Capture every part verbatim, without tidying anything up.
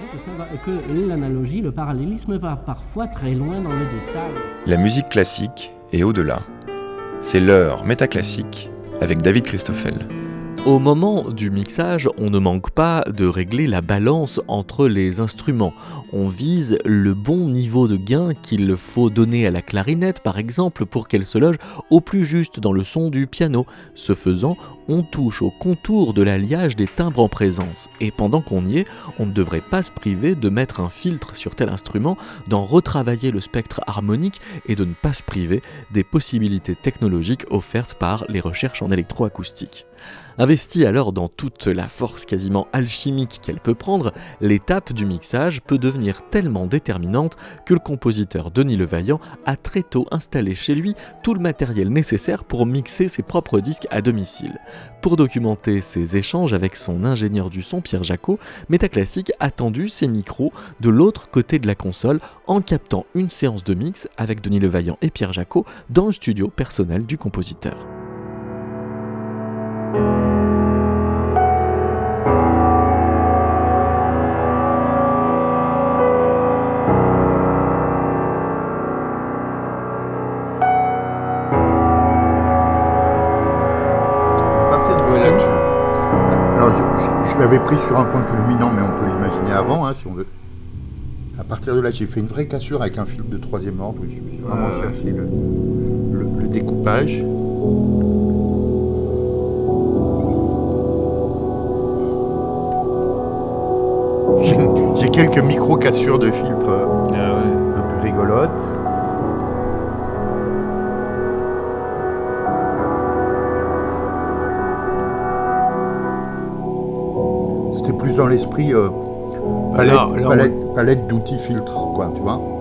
que, ça va, que l'analogie, le parallélisme va parfois très loin dans le détail. La musique classique et au-delà. C'est l'heure métaclassique avec David Christoffel. Au moment du mixage, on ne manque pas de régler la balance entre les instruments. On vise le bon niveau de gain qu'il faut donner à la clarinette, par exemple, pour qu'elle se loge au plus juste dans le son du piano. Ce faisant, on touche au contour de l'alliage des timbres en présence. Et pendant qu'on y est, on ne devrait pas se priver de mettre un filtre sur tel instrument, d'en retravailler le spectre harmonique et de ne pas se priver des possibilités technologiques offertes par les recherches en électroacoustique. Investie alors dans toute la force quasiment alchimique qu'elle peut prendre, l'étape du mixage peut devenir tellement déterminante que le compositeur Denis Levaillant a très tôt installé chez lui tout le matériel nécessaire pour mixer ses propres disques à domicile. Pour documenter ses échanges avec son ingénieur du son Pierre Jacot, Métaclassique a tendu ses micros de l'autre côté de la console en captant une séance de mix avec Denis Levaillant et Pierre Jacot dans le studio personnel du compositeur. Je l'avais pris sur un point culminant, mais on peut l'imaginer avant, hein, si on veut. À partir de là, j'ai fait une vraie cassure avec un fil de troisième ordre, où j'ai vraiment euh... cherché le, le, le découpage. J'ai, j'ai quelques micro-cassures de filtres ah ouais. un peu rigolotes. Plus dans l'esprit euh, palette, là, là, palette, on... palette d'outils filtres, quoi, tu vois.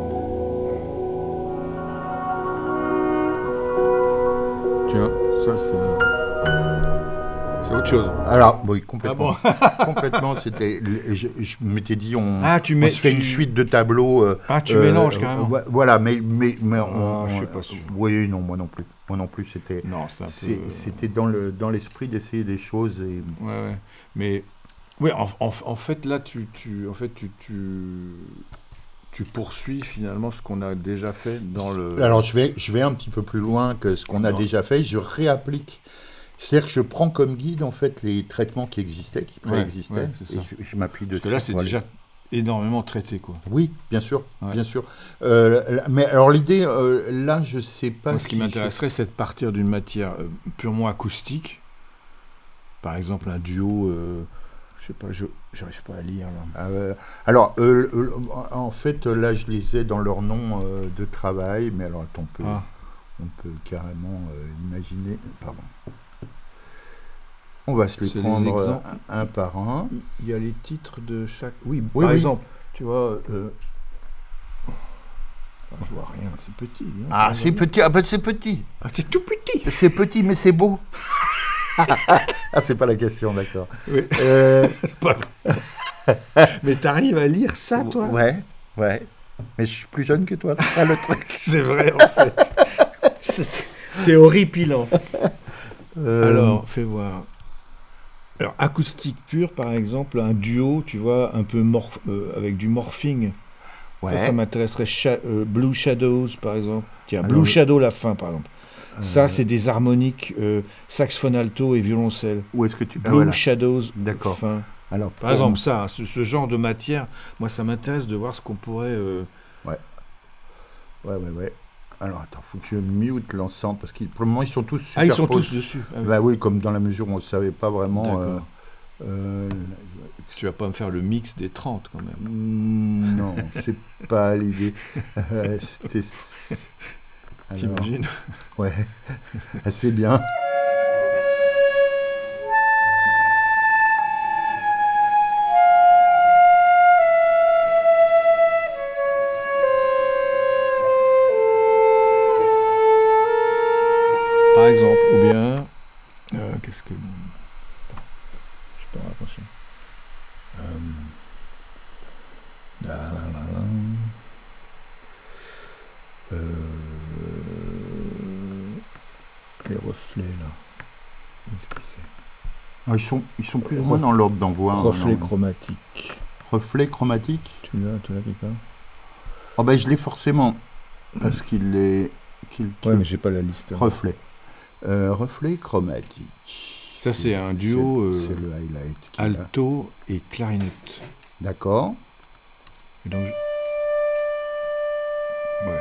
Tiens, ça c'est... c'est autre chose. Alors, oui, complètement. Ah bon complètement, c'était... Je, je m'étais dit, on, ah, tu mets, on se fait tu... une suite de tableaux... Euh, ah, tu euh, mélanges carrément. Euh, voilà, mais... mais, mais ah, on, je on, suis pas sûr. Oui, non, moi non plus. Moi non plus, c'était... Non, c'est un c'est, peu... C'était dans, le, dans l'esprit d'essayer des choses et... Ouais, ouais, mais... Oui, en, en, en fait, là, tu, tu, en fait, tu, tu, tu poursuis finalement ce qu'on a déjà fait dans le... Alors, je vais, je vais un petit peu plus loin que ce qu'on a non. déjà fait. Je réapplique. C'est-à-dire que je prends comme guide, en fait, les traitements qui existaient, qui préexistaient, ouais, ouais, et je, je m'appuie dessus. Parce que là, c'est déjà énormément traité, quoi. Oui, bien sûr, ouais. bien sûr. Euh, mais alors, l'idée, euh, là, je sais pas... Moi, ce si qui m'intéresserait, je... c'est de partir d'une matière euh, purement acoustique. Par exemple, un duo... Euh, Je sais pas, je j'arrive pas à lire là. Euh, alors, euh, euh, en fait, là, je les ai dans leur nom euh, de travail, mais alors, attends, on peut, ah. on peut carrément euh, imaginer. Pardon. On va se les c'est prendre un, un par un. Il y a les titres de chaque. Oui, oui par oui. exemple, tu vois. Euh... Ah, je vois rien, c'est petit. Hein, ah, c'est petit. Ah, ben c'est petit. Ah, c'est tout petit. C'est petit, mais c'est beau. Ah, c'est pas la question, d'accord. Oui. Euh... pas... Mais t'arrives à lire ça, toi ? Ouais, ouais. Mais je suis plus jeune que toi, c'est ça le truc. C'est vrai, en fait. c'est, c'est horripilant. Euh... Alors, fais voir. Alors, acoustique pure, par exemple, un duo, tu vois, un peu morph... euh, avec du morphing. Ouais. Ça, ça m'intéresserait. Cha- euh, Blue Shadows, par exemple. Tiens, Alors, Blue Shadow, la fin, par exemple. Ça, c'est des harmoniques euh, saxophone alto et violoncelle. Où est-ce que tu... Blue ah, voilà. Shadows. D'accord. Fin. Alors, par exemple, on... ça, ce, ce genre de matière, moi, ça m'intéresse de voir ce qu'on pourrait... Euh... Ouais. Ouais, ouais, ouais. Alors, attends, faut que je mute l'ensemble, parce que pour le moment, ils sont tous super. Ah, ils sont tous dessus. Ah, oui. Bah oui, comme dans la mesure où on ne savait pas vraiment... D'accord. Euh, euh... Tu vas pas me faire le mix des trente, quand même. Mmh, non, c'est pas l'idée. Euh, c'était... Alors, t'imagines ? Ouais, assez bien. Par exemple, ou bien... Euh, qu'est-ce que... Attends, je peux rapprocher. Euh... La, la, la, la. Euh... Les reflets là. Qu'est-ce que c'est ? Ah, ils sont, ils sont plus ou moins dans l'ordre d'envoi. Reflets hein, chromatiques. reflet chromatique. Tu l'as, tu l'as quelque part? Oh ben, je l'ai forcément, parce qu'il est... Qu'il, qu'il... Ouais, mais j'ai pas la liste. Reflet. Euh, reflet chromatique. Ça, c'est un duo c'est, euh, c'est le highlight alto et clarinette. D'accord. Et donc, je... ouais.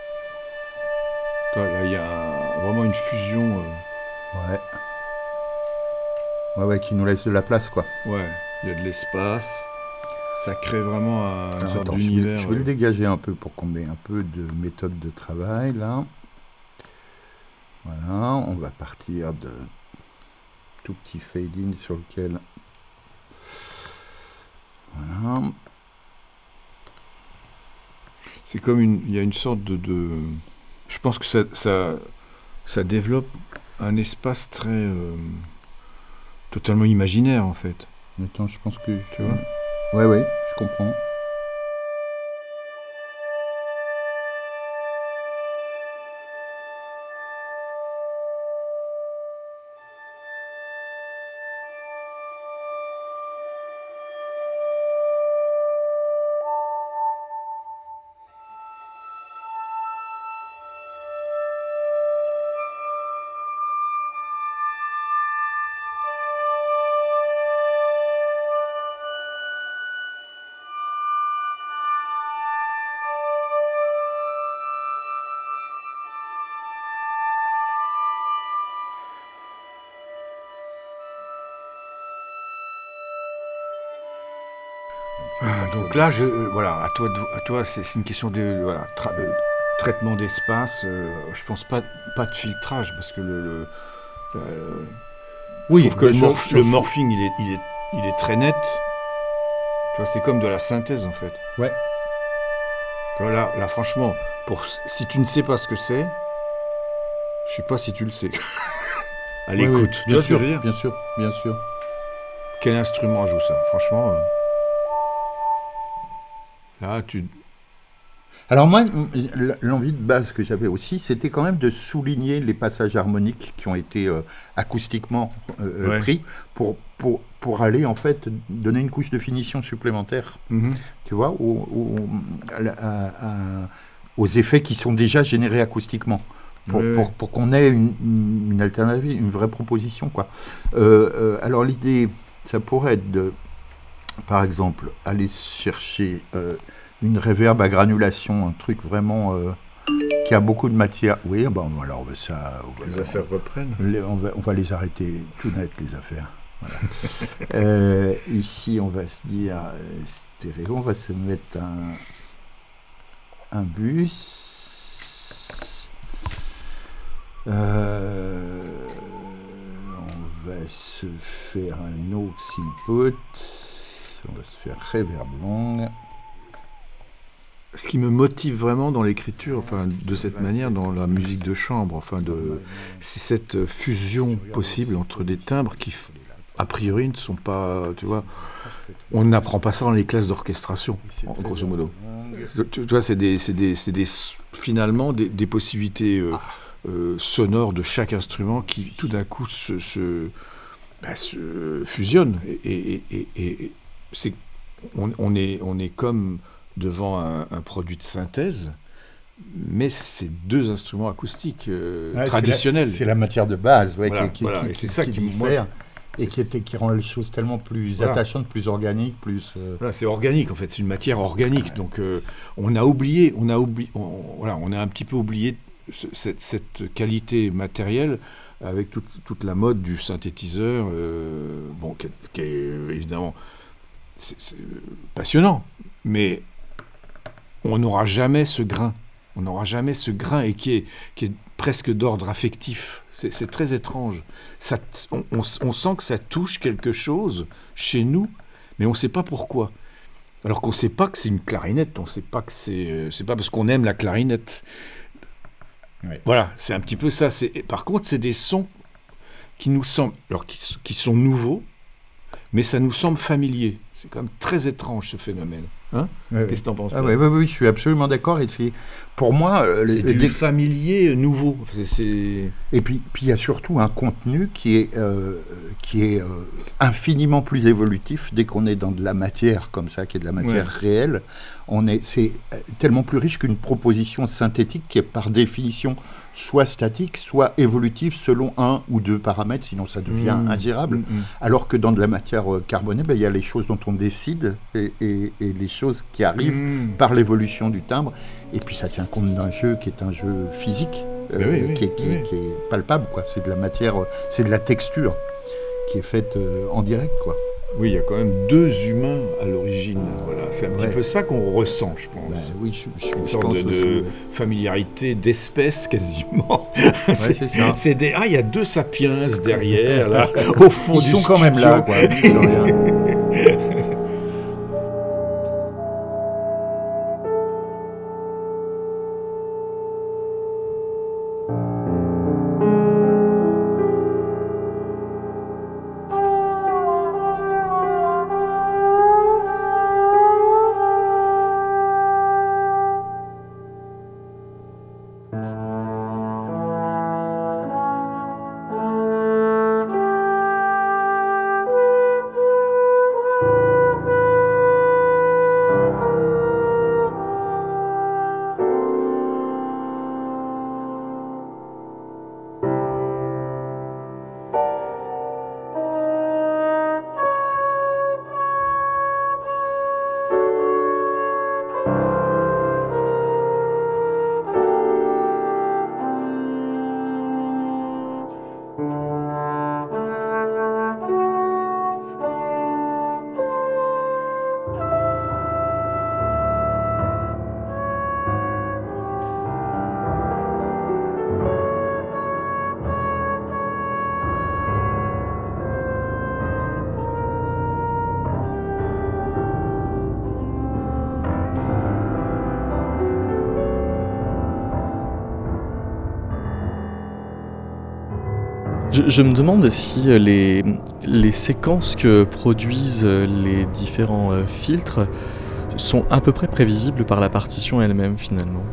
Toi, là, il y a un- vraiment une fusion. euh, Ouais. Ouais, ouais, qui nous laisse de la place, quoi. Ouais, il y a de l'espace. Ça crée vraiment un, une Alors, sorte attends, je vais, d'univers. je vais le euh, dégager un peu pour qu'on ait un peu de méthode de travail, là. Voilà, on va partir de tout petit fade-in sur lequel... Voilà. C'est comme une. Il y a une sorte de. de- je pense que ça, ça, ça développe un espace très. euh, totalement imaginaire, en fait. Attends, je pense que... Tu vois? Ouais, ouais, je comprends. Ah, donc là, je, euh, voilà, à toi, de- à toi, c'est c'est une question de voilà, tra- euh, traitement d'espace. euh, je pense pas, pas de filtrage parce que le, le- le- Oui, je trouve que le, déjà, morph- sur- le morphing, il est, il est, il est très net. Tu vois, c'est comme de la synthèse en fait. Ouais. Tu vois, là, là, franchement, pour, si tu ne sais pas ce que c'est, je sais pas si tu le sais. À Ouais, l'écoute, ouais, tu bien vois ce que sûr, je veux dire? bien sûr, bien sûr. Quel instrument joue ça? Franchement, euh, là, tu. Alors moi, l- l'envie de base que j'avais aussi, c'était quand même de souligner les passages harmoniques qui ont été euh, acoustiquement euh, Ouais. pris pour, pour, pour aller en fait donner une couche de finition supplémentaire, Mhm. tu vois, au- au- à- à- aux effets qui sont déjà générés acoustiquement. Pour, Ouais, pour, ouais. pour qu'on ait une, une- une alternative, une vraie proposition, quoi. Euh, euh, alors l'idée, ça pourrait être de, par exemple, aller chercher euh, une réverb à granulation, un truc vraiment euh, qui a beaucoup de matière. Oui, bon, alors ça, on va- Les affaires reprennent. les- on, va, on va les arrêter tout net, les affaires. Voilà. Euh, ici, on va se dire euh, stéréo, on va se mettre un, un bus. Euh, on va se faire un aux input. On va se faire reverb long. Ce qui me motive vraiment dans l'écriture, enfin, de cette manière, dans la musique de chambre, enfin, de, c'est cette fusion possible entre des timbres qui, f- a priori, ne sont pas, tu vois, on n'apprend pas ça dans les classes d'orchestration, en grosso modo. Tu, tu vois, c'est des, c'est des, c'est des, finalement des, des possibilités euh, euh, sonores de chaque instrument qui, tout d'un coup, se, se, bah, se fusionnent. Et, et, et, et c'est, on, on est, on est comme devant un, un produit de synthèse, mais c'est deux instruments acoustiques euh, Ouais, traditionnels. C'est la, c'est la matière de base, ouais, Voilà, qui, qui, voilà, qui, et c'est qui- ça qui qui, diffère moi, et qui, était, qui rend les choses tellement plus Voilà. attachantes, plus organiques, plus. euh, Voilà, c'est organique en fait, c'est une matière organique. Donc euh, on a oublié, on a oublié, on, voilà, on a un petit peu oublié ce- cette, cette qualité matérielle avec toute, toute la mode du synthétiseur, euh, bon, qui est, qui est, euh, évidemment c'est, c'est passionnant, mais on n'aura jamais ce grain. On n'aura jamais ce grain et qui est, qui est presque d'ordre affectif. C'est, c'est très étrange. Ça, t- on, on s- on sent que ça touche quelque chose chez nous, mais on ne sait pas pourquoi. Alors qu'on ne sait pas que c'est une clarinette, on ne sait pas que c'est... euh, c'est pas parce qu'on aime la clarinette. Ouais. Voilà, c'est un petit peu ça. C'est, par contre, c'est des sons qui nous semblent... Alors, qui, s- qui sont nouveaux, mais ça nous semble familier. C'est quand même très étrange, ce phénomène. Hein Ouais, Qu'est-ce que t'en penses? Ah ouais, ouais, ouais, je suis absolument d'accord. Et c'est, pour moi, euh, C'est le- du dès- familier nouveau. C'est, c'est- et puis puis il y a surtout un contenu qui est euh, qui est euh, infiniment plus évolutif dès qu'on est dans de la matière comme ça, qui est de la matière Ouais. réelle. On est, c'est euh, tellement plus riche qu'une proposition synthétique qui est par définition soit statique, soit évolutive selon un ou deux paramètres, sinon ça devient Mmh. ingérable. Mmh, mmh. Alors que dans de la matière euh, carbonée, ben, il y a les choses dont on décide et, et- et les choses qui arrivent Mmh. par l'évolution du timbre. Et puis ça tient compte d'un jeu qui est un jeu physique, euh, Mais oui, oui, qui, est, qui est- oui. qui est palpable, quoi. C'est de la matière, euh, c'est de la texture qui est faite euh, en direct, quoi. Oui, il y a quand même deux humains à l'origine. Voilà. C'est un petit Ouais. peu ça qu'on ressent, je pense. Ben, oui, je, je- Une je sorte pense de, aussi, de ouais. familiarité d'espèces quasiment. Ouais, c'est ça. C'est des ah il y a deux sapiens derrière là au fond Ils du sont quand même studio. là, quoi. mine de rien. Je, je me demande si euh, les, les séquences que produisent euh, les différents euh, filtres sont à peu près prévisibles par la partition elle-même finalement.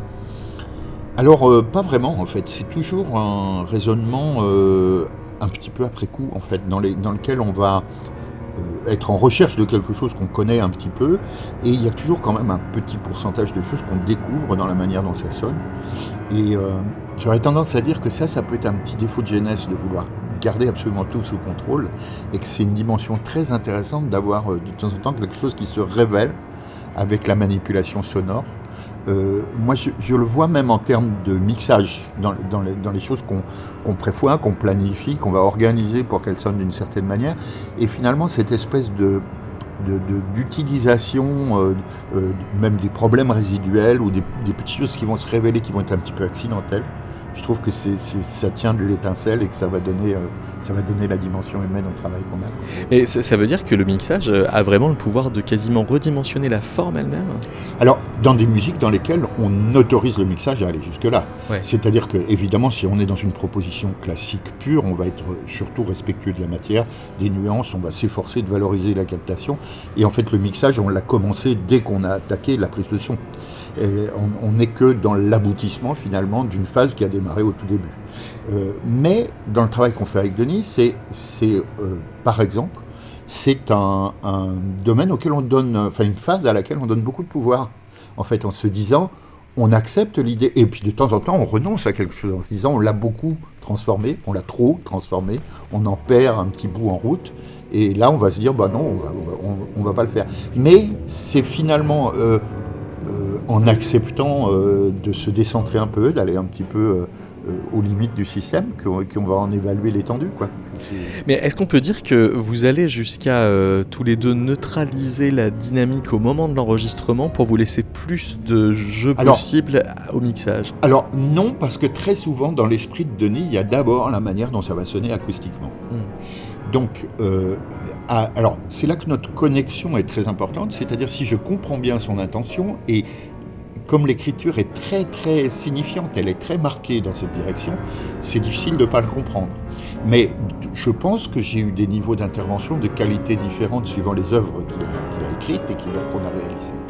Alors, euh, pas vraiment, en fait. C'est toujours un raisonnement euh, un petit peu après coup, en fait, dans, les, dans lequel on va euh, être en recherche de quelque chose qu'on connaît un petit peu, et il y a toujours quand même un petit pourcentage de choses qu'on découvre dans la manière dont ça sonne. Et euh, j'aurais tendance à dire que ça, ça peut être un petit défaut de jeunesse de vouloir garder absolument tout sous contrôle, et que c'est une dimension très intéressante d'avoir euh, de temps en temps quelque chose qui se révèle avec la manipulation sonore. Euh, moi, je, je le vois même en termes de mixage, dans, dans, les, dans les choses qu'on qu'on prévoit, qu'on planifie, qu'on va organiser pour qu'elles sonnent d'une certaine manière. Et finalement, cette espèce de, de, de- d'utilisation, euh, euh, même des problèmes résiduels ou des, des petites choses qui vont se révéler, qui vont être un petit peu accidentelles, je trouve que c'est, c'est- ça tient de l'étincelle et que ça va donner, euh, ça va donner la dimension humaine au travail qu'on a. Et ça, ça veut dire que le mixage euh, a vraiment le pouvoir de quasiment redimensionner la forme elle-même? Alors, dans des musiques dans lesquelles on autorise le mixage à aller jusque-là. Ouais. C'est-à-dire que, évidemment, si on est dans une proposition classique pure, on va être surtout respectueux de la matière, des nuances, on va s'efforcer de valoriser la captation. Et en fait, le mixage, on l'a commencé dès qu'on a attaqué la prise de son. Et on n'est que dans l'aboutissement, finalement, d'une phase qui a démarré au tout début. Euh, mais, dans le travail qu'on fait avec Denis, c'est, c'est euh, par exemple, c'est un, un domaine auquel on donne, enfin une phase à laquelle on donne beaucoup de pouvoir. En fait, en se disant, on accepte l'idée, et puis de temps en temps, on renonce à quelque chose en se disant, on l'a beaucoup transformé, on l'a trop transformé, on en perd un petit bout en route, et là, on va se dire, bah non, on va, on va, on- on va pas le faire. Mais c'est finalement euh, euh, en acceptant euh, de se décentrer un peu, d'aller un petit peu euh, euh, aux limites du système, qu'on, qu'on va en évaluer l'étendue, quoi. C'est- Mais est-ce qu'on peut dire que vous allez jusqu'à euh, tous les deux neutraliser la dynamique au moment de l'enregistrement pour vous laisser plus de jeu Alors- possible au mixage? Alors non, parce que très souvent dans l'esprit de Denis, il y a d'abord la manière dont ça va sonner acoustiquement. Mm. Donc, euh, à- alors c'est là que notre connexion est très importante, c'est-à-dire si je comprends bien son intention, et comme l'écriture est très très signifiante, elle est très marquée dans cette direction, c'est difficile de ne pas le comprendre. Mais je pense que j'ai eu des niveaux d'intervention de qualité différentes suivant les œuvres qu'il a, qu'il a écrites et qu'il a- qu'on a réalisées.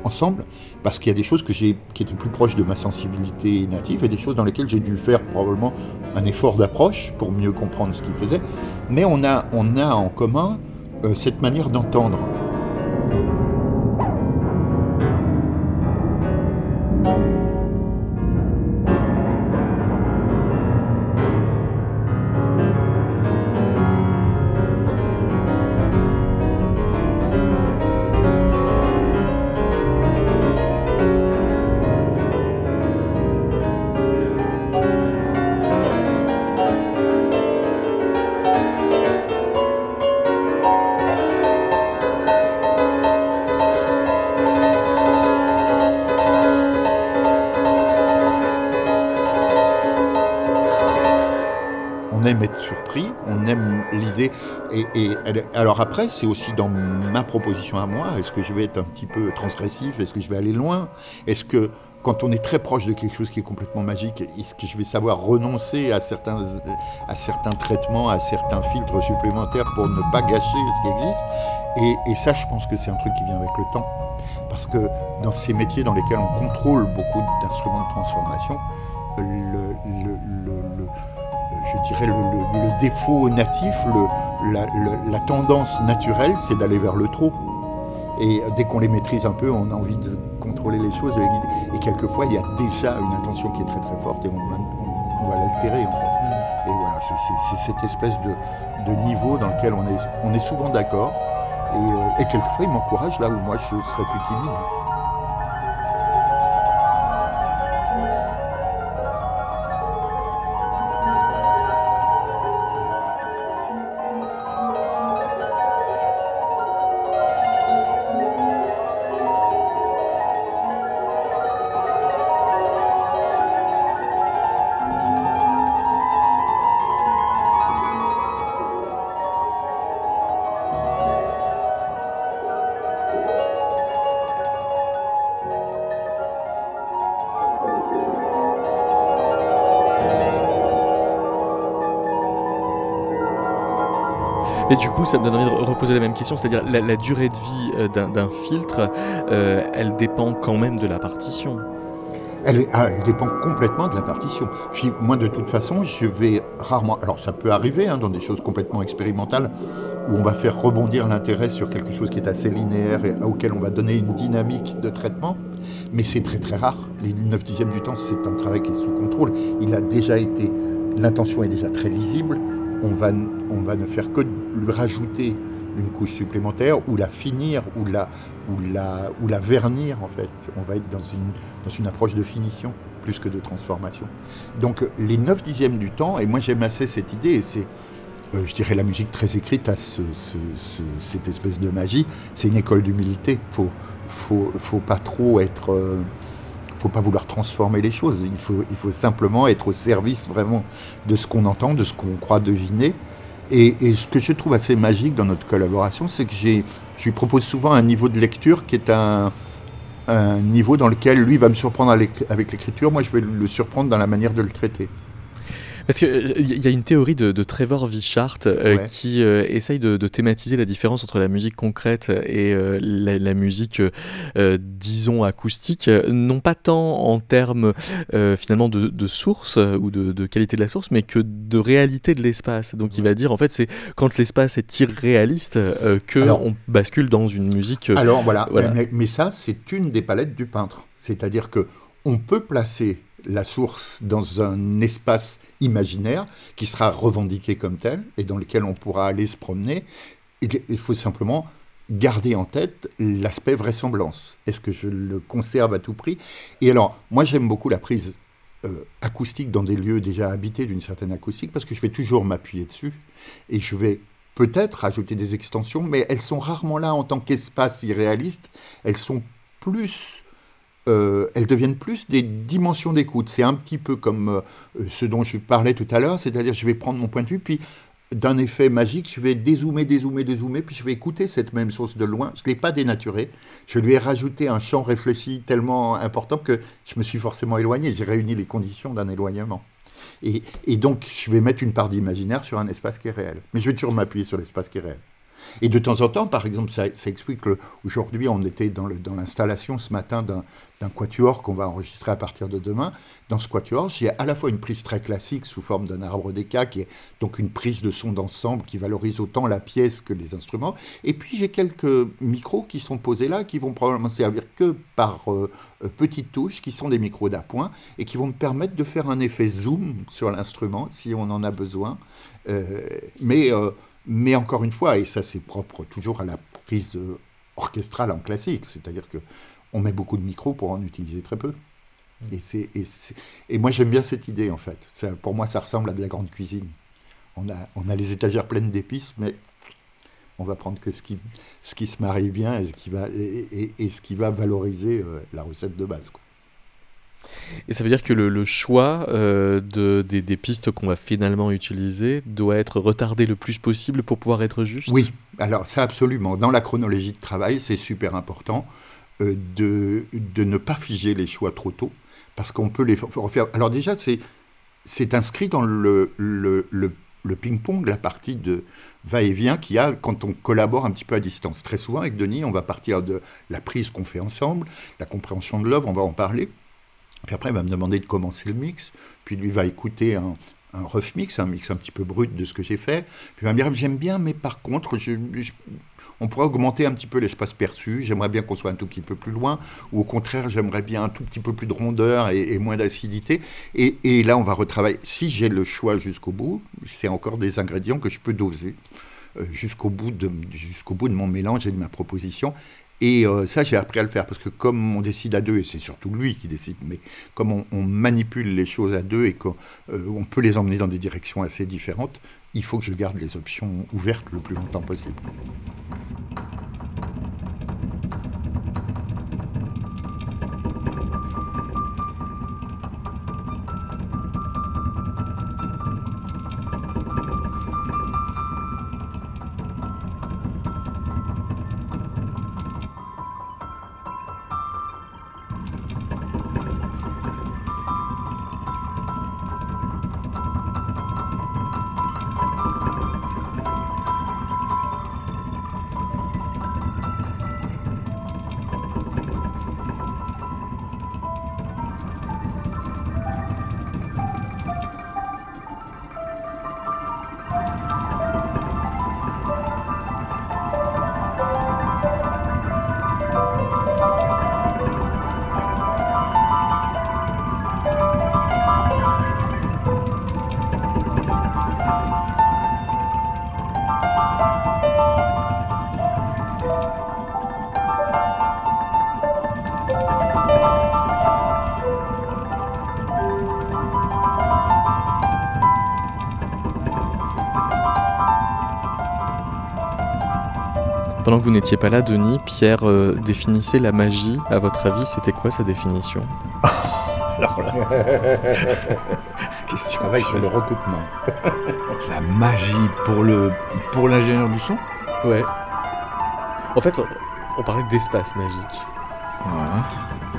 ensemble, parce qu'il y a des choses que j'ai, qui étaient plus proches de ma sensibilité native et des choses dans lesquelles j'ai dû faire probablement un effort d'approche pour mieux comprendre ce qu'il faisait. Mais on a, on a en commun euh, cette manière d'entendre. On aime être surpris, on aime l'idée. Et, et alors après, c'est aussi dans ma proposition à moi. Est-ce que je vais être un petit peu transgressif? Est-ce que je vais aller loin? Est-ce que quand on est très proche de quelque chose qui est complètement magique, est-ce que je vais savoir renoncer à certains, à certains traitements, à certains filtres supplémentaires pour ne pas gâcher ce qui existe? Et, et ça, je pense que c'est un truc qui vient avec le temps. Parce que dans ces métiers dans lesquels on contrôle beaucoup d'instruments de transformation, le, le, le, le je dirais le, le, le défaut natif, le, la, le, la tendance naturelle, c'est d'aller vers le trop. Et dès qu'on les maîtrise un peu, on a envie de contrôler les choses, de les guider. Et quelquefois, il y a déjà une intention qui est très très forte et on va, on, on va l'altérer en fait. Et voilà, c'est, c'est, c'est cette espèce de, de niveau dans lequel on est, on est souvent d'accord. Et, euh, et quelquefois, il m'encourage là où moi je serais plus timide. Et du coup, ça me donne envie de reposer la même question, c'est-à-dire la, la durée de vie euh, d'un, d'un filtre, euh, elle dépend quand même de la partition. Elle, est, ah, elle dépend complètement de la partition. Puis moi, de toute façon, je vais rarement... Alors ça peut arriver hein, dans des choses complètement expérimentales, où on va faire rebondir l'intérêt sur quelque chose qui est assez linéaire et auquel on va donner une dynamique de traitement, mais c'est très très rare. Les neuf dixièmes du temps, c'est un travail qui est sous contrôle. Il a déjà été... L'intention est déjà très lisible. On va, on va ne faire que lui rajouter une couche supplémentaire ou la finir ou la, ou la, ou la vernir en fait. On va être dans une, dans une approche de finition plus que de transformation. Donc les neuf dixièmes du temps, et moi j'aime assez cette idée, et c'est, euh, je dirais, la musique très écrite a ce, ce, ce, cette espèce de magie, c'est une école d'humilité. Faut, faut, faut pas trop être... Euh, Il ne faut pas vouloir transformer les choses, il faut, il faut simplement être au service vraiment de ce qu'on entend, de ce qu'on croit deviner. Et, et ce que je trouve assez magique dans notre collaboration, c'est que j'ai, je lui propose souvent un niveau de lecture qui est un, un niveau dans lequel lui va me surprendre avec l'écriture, moi je vais le surprendre dans la manière de le traiter. Parce qu'il euh, y a une théorie de, de Trevor Wishart euh, ouais. qui euh, essaye de, de thématiser la différence entre la musique concrète et euh, la, la musique, euh, disons, acoustique, non pas tant en termes euh, finalement de, de source ou de, de qualité de la source, mais que de réalité de l'espace. Donc ouais. Il va dire, en fait, c'est quand l'espace est irréaliste euh, qu'on bascule dans une musique... Euh, alors voilà, voilà. Mais, mais ça, c'est une des palettes du peintre. C'est-à-dire qu'on peut placer la source dans un espace imaginaire qui sera revendiqué comme tel et dans lequel on pourra aller se promener. Il faut simplement garder en tête l'aspect vraisemblance. Est-ce que je le conserve à tout prix? Et alors, moi j'aime beaucoup la prise euh, acoustique dans des lieux déjà habités d'une certaine acoustique parce que je vais toujours m'appuyer dessus et je vais peut-être rajouter des extensions, mais elles sont rarement là en tant qu'espace irréaliste. Elles sont plus... Euh, elles deviennent plus des dimensions d'écoute. C'est un petit peu comme euh, ce dont je parlais tout à l'heure, c'est-à-dire je vais prendre mon point de vue, puis d'un effet magique, je vais dézoomer, dézoomer, dézoomer, puis je vais écouter cette même chose de loin. Je ne l'ai pas dénaturée. Je lui ai rajouté un champ réfléchi tellement important que je me suis forcément éloigné. J'ai réuni les conditions d'un éloignement. Et, et donc, je vais mettre une part d'imaginaire sur un espace qui est réel. Mais je vais toujours m'appuyer sur l'espace qui est réel. Et de temps en temps, par exemple, ça, ça explique qu'aujourd'hui, on était dans, le, dans l'installation ce matin d'un, d'un quatuor qu'on va enregistrer à partir de demain. Dans ce quatuor, j'ai à la fois une prise très classique sous forme d'un arbre d'éca, qui est donc une prise de son d'ensemble qui valorise autant la pièce que les instruments. Et puis j'ai quelques micros qui sont posés là, qui vont probablement servir que par euh, petites touches, qui sont des micros d'appoint, et qui vont me permettre de faire un effet zoom sur l'instrument, si on en a besoin. Euh, mais, euh, mais encore une fois, et ça c'est propre toujours à la prise euh, orchestrale en classique, c'est-à-dire qu'on met beaucoup de micros pour en utiliser très peu. Et, c'est, et, c'est, et moi j'aime bien cette idée en fait. Ça, pour moi ça ressemble à de la grande cuisine. On a, on a les étagères pleines d'épices, mais on va prendre que ce qui, ce qui se marie bien et ce qui va, et, et, et ce qui va valoriser euh, la recette de base, quoi. Et ça veut dire que le, le choix euh, de, des, des pistes qu'on va finalement utiliser doit être retardé le plus possible pour pouvoir être juste ? Oui, alors ça absolument. Dans la chronologie de travail, c'est super important euh, de, de ne pas figer les choix trop tôt, parce qu'on peut les refaire. Alors déjà, c'est, c'est inscrit dans le, le, le, le ping-pong, la partie de va-et-vient qu'il y a quand on collabore un petit peu à distance. Très souvent, avec Denis, on va partir de la prise qu'on fait ensemble, la compréhension de l'œuvre, on va en parler. Puis après, il va me demander de commencer le mix. Puis lui va écouter un, un rough mix, un mix un petit peu brut de ce que j'ai fait. Puis il va me dire, j'aime bien, mais par contre, je, je, on pourrait augmenter un petit peu l'espace perçu. J'aimerais bien qu'on soit un tout petit peu plus loin. Ou au contraire, j'aimerais bien un tout petit peu plus de rondeur et, et moins d'acidité. Et, et là, on va retravailler. Si j'ai le choix jusqu'au bout, c'est encore des ingrédients que je peux doser euh, jusqu'au bout de, jusqu'au bout de mon mélange et de ma proposition. Et euh, ça, j'ai appris à le faire, parce que comme on décide à deux, et c'est surtout lui qui décide, mais comme on, on manipule les choses à deux et qu'on euh, peut les emmener dans des directions assez différentes, il faut que je garde les options ouvertes le plus longtemps possible. Pendant que vous n'étiez pas là, Denis, Pierre euh, définissait la magie. À votre avis, c'était quoi sa définition ? Alors là, question. Travail sur le recoupement. La magie pour, le, pour l'ingénieur du son ? Ouais. En fait, on parlait d'espace magique. Ouais.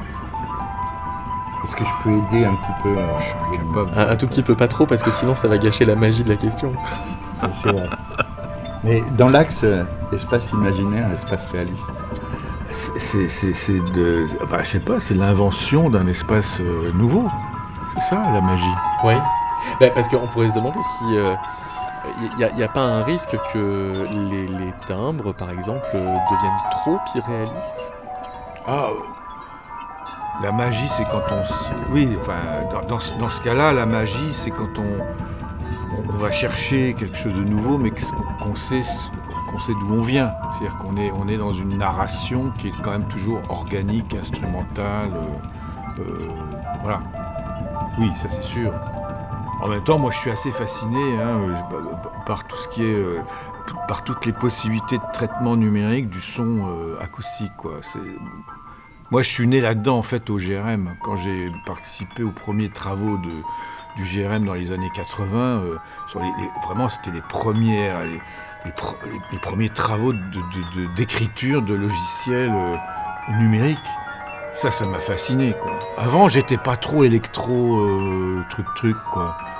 Est-ce que je peux aider un petit peu euh, Je suis incapable. Un, un tout petit peu, pas trop, parce que sinon ça va gâcher la magie de la question. C'est, c'est vrai. Mais dans l'axe euh, espace imaginaire, espace réaliste. C'est, c'est, c'est, c'est de, enfin, je sais pas, c'est l'invention d'un espace euh, nouveau. C'est ça, la magie. Oui. Bah, parce qu'on pourrait se demander si il n'y a, y a pas un risque que les, les timbres, par exemple, euh, deviennent trop irréalistes. Ah, euh, la magie, c'est quand on... s- Oui, enfin, dans, dans, ce- dans ce cas-là, la magie, c'est quand on, on, on va chercher quelque chose de nouveau, mais que- qu'on sait, qu'on sait d'où on vient. C'est-à-dire qu'on est, on est dans une narration qui est quand même toujours organique, instrumentale. euh, euh, voilà. Oui, ça c'est sûr. En même temps, moi je suis assez fasciné hein, euh, par tout ce qui est... euh, tout- par toutes les possibilités de traitement numérique du son euh, acoustique, quoi. C'est... Moi, je suis né là-dedans, en fait, au G R M. Quand j'ai participé aux premiers travaux de, du G R M dans les années quatre-vingts, euh, sur les, les- vraiment, c'était les premières, les, les, pro- les- les premiers travaux de, de- de- d'écriture de logiciels euh, numériques. Ça, ça m'a fasciné, quoi. Avant, j'étais pas trop électro, euh, truc, truc, quoi.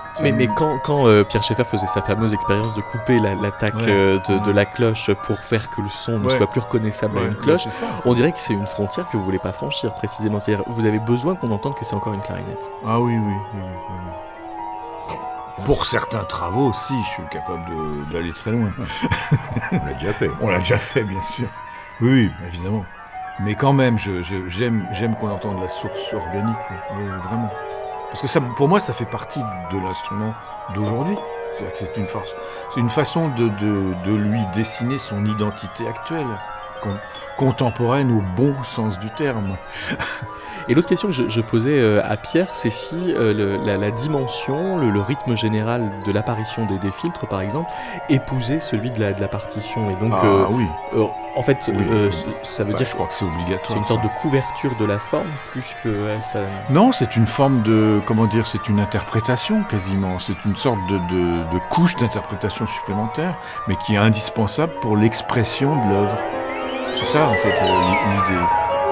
Mais, mais quand, quand euh, Pierre Schaeffer faisait sa fameuse expérience de couper la, l'attaque Ouais. euh, de, de la cloche pour faire que le son ne Ouais. soit plus reconnaissable à Ouais, une bah, cloche, c'est ça. on dirait que c'est une frontière que vous voulez pas franchir précisément. C'est-à-dire vous avez besoin qu'on entende que c'est encore une clarinette. Ah oui, oui, oui, oui, oui, oui. Pour certains travaux aussi, je suis capable de- d'aller très loin. On l'a déjà fait. On l'a déjà fait, bien sûr. Oui, oui, évidemment. Mais quand même, je, je- j'aime, j'aime qu'on entende la source organique, oui, oui, oui, vraiment. Parce que ça, pour moi, ça fait partie de l'instrument d'aujourd'hui. C'est-à-dire que c'est une force, c'est une façon de, de, de lui dessiner son identité actuelle, con- contemporaine au bon sens du terme. Et l'autre question que je, je posais euh, à Pierre, c'est si euh, le- la, la dimension, le, le rythme général de l'apparition des, des filtres, par exemple, épousait celui de la, de la partition. Et donc, ah euh, oui, euh, en fait, Oui, euh, oui. c- ça veut Bah, dire je crois que c'est que obligatoire. c'est une sorte de couverture de la forme, plus que euh, ça... Non, c'est une forme de, comment dire, c'est une interprétation quasiment. C'est une sorte de, de, de couche d'interprétation supplémentaire, mais qui est indispensable pour l'expression de l'œuvre. C'est ça, en fait, le- l'idée.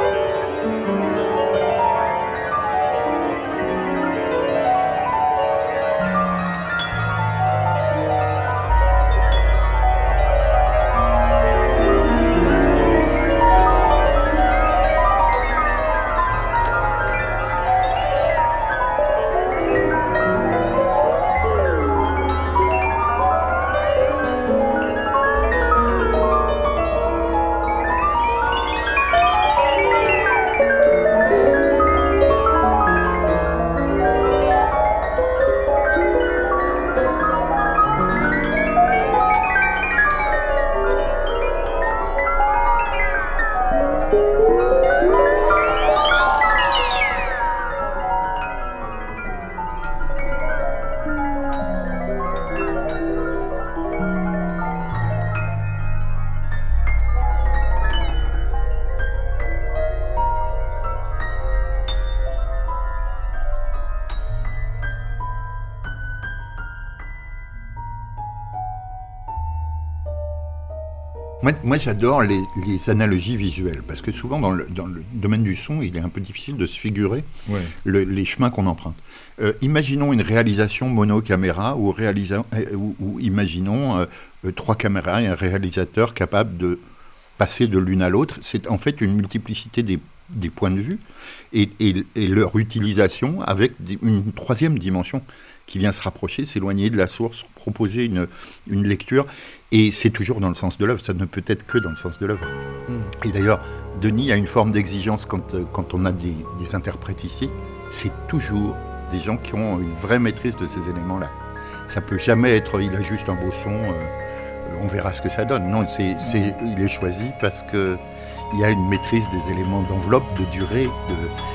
Moi, moi, j'adore les, les analogies visuelles, parce que souvent dans le, dans le domaine du son, il est un peu difficile de se figurer Ouais. le- les chemins qu'on emprunte. Euh, imaginons une réalisation mono-caméra, ou, réalisa- euh, ou, ou imaginons euh, euh, trois caméras et un réalisateur capable de passer de l'une à l'autre. C'est en fait une multiplicité des, des points de vue et, et- et leur utilisation avec des- une troisième dimension qui vient se rapprocher, s'éloigner de la source, proposer une, une lecture. Et c'est toujours dans le sens de l'œuvre, ça ne peut être que dans le sens de l'œuvre. Mm. Et d'ailleurs, Denis a une forme d'exigence quand, euh, quand on a des, des interprètes ici. C'est toujours des gens qui ont une vraie maîtrise de ces éléments-là. Ça peut jamais être, il a juste un beau son, euh, euh, on verra ce que ça donne. Non, c'est, c'est, il est choisi parce que il y a une maîtrise des éléments d'enveloppe, de durée, de,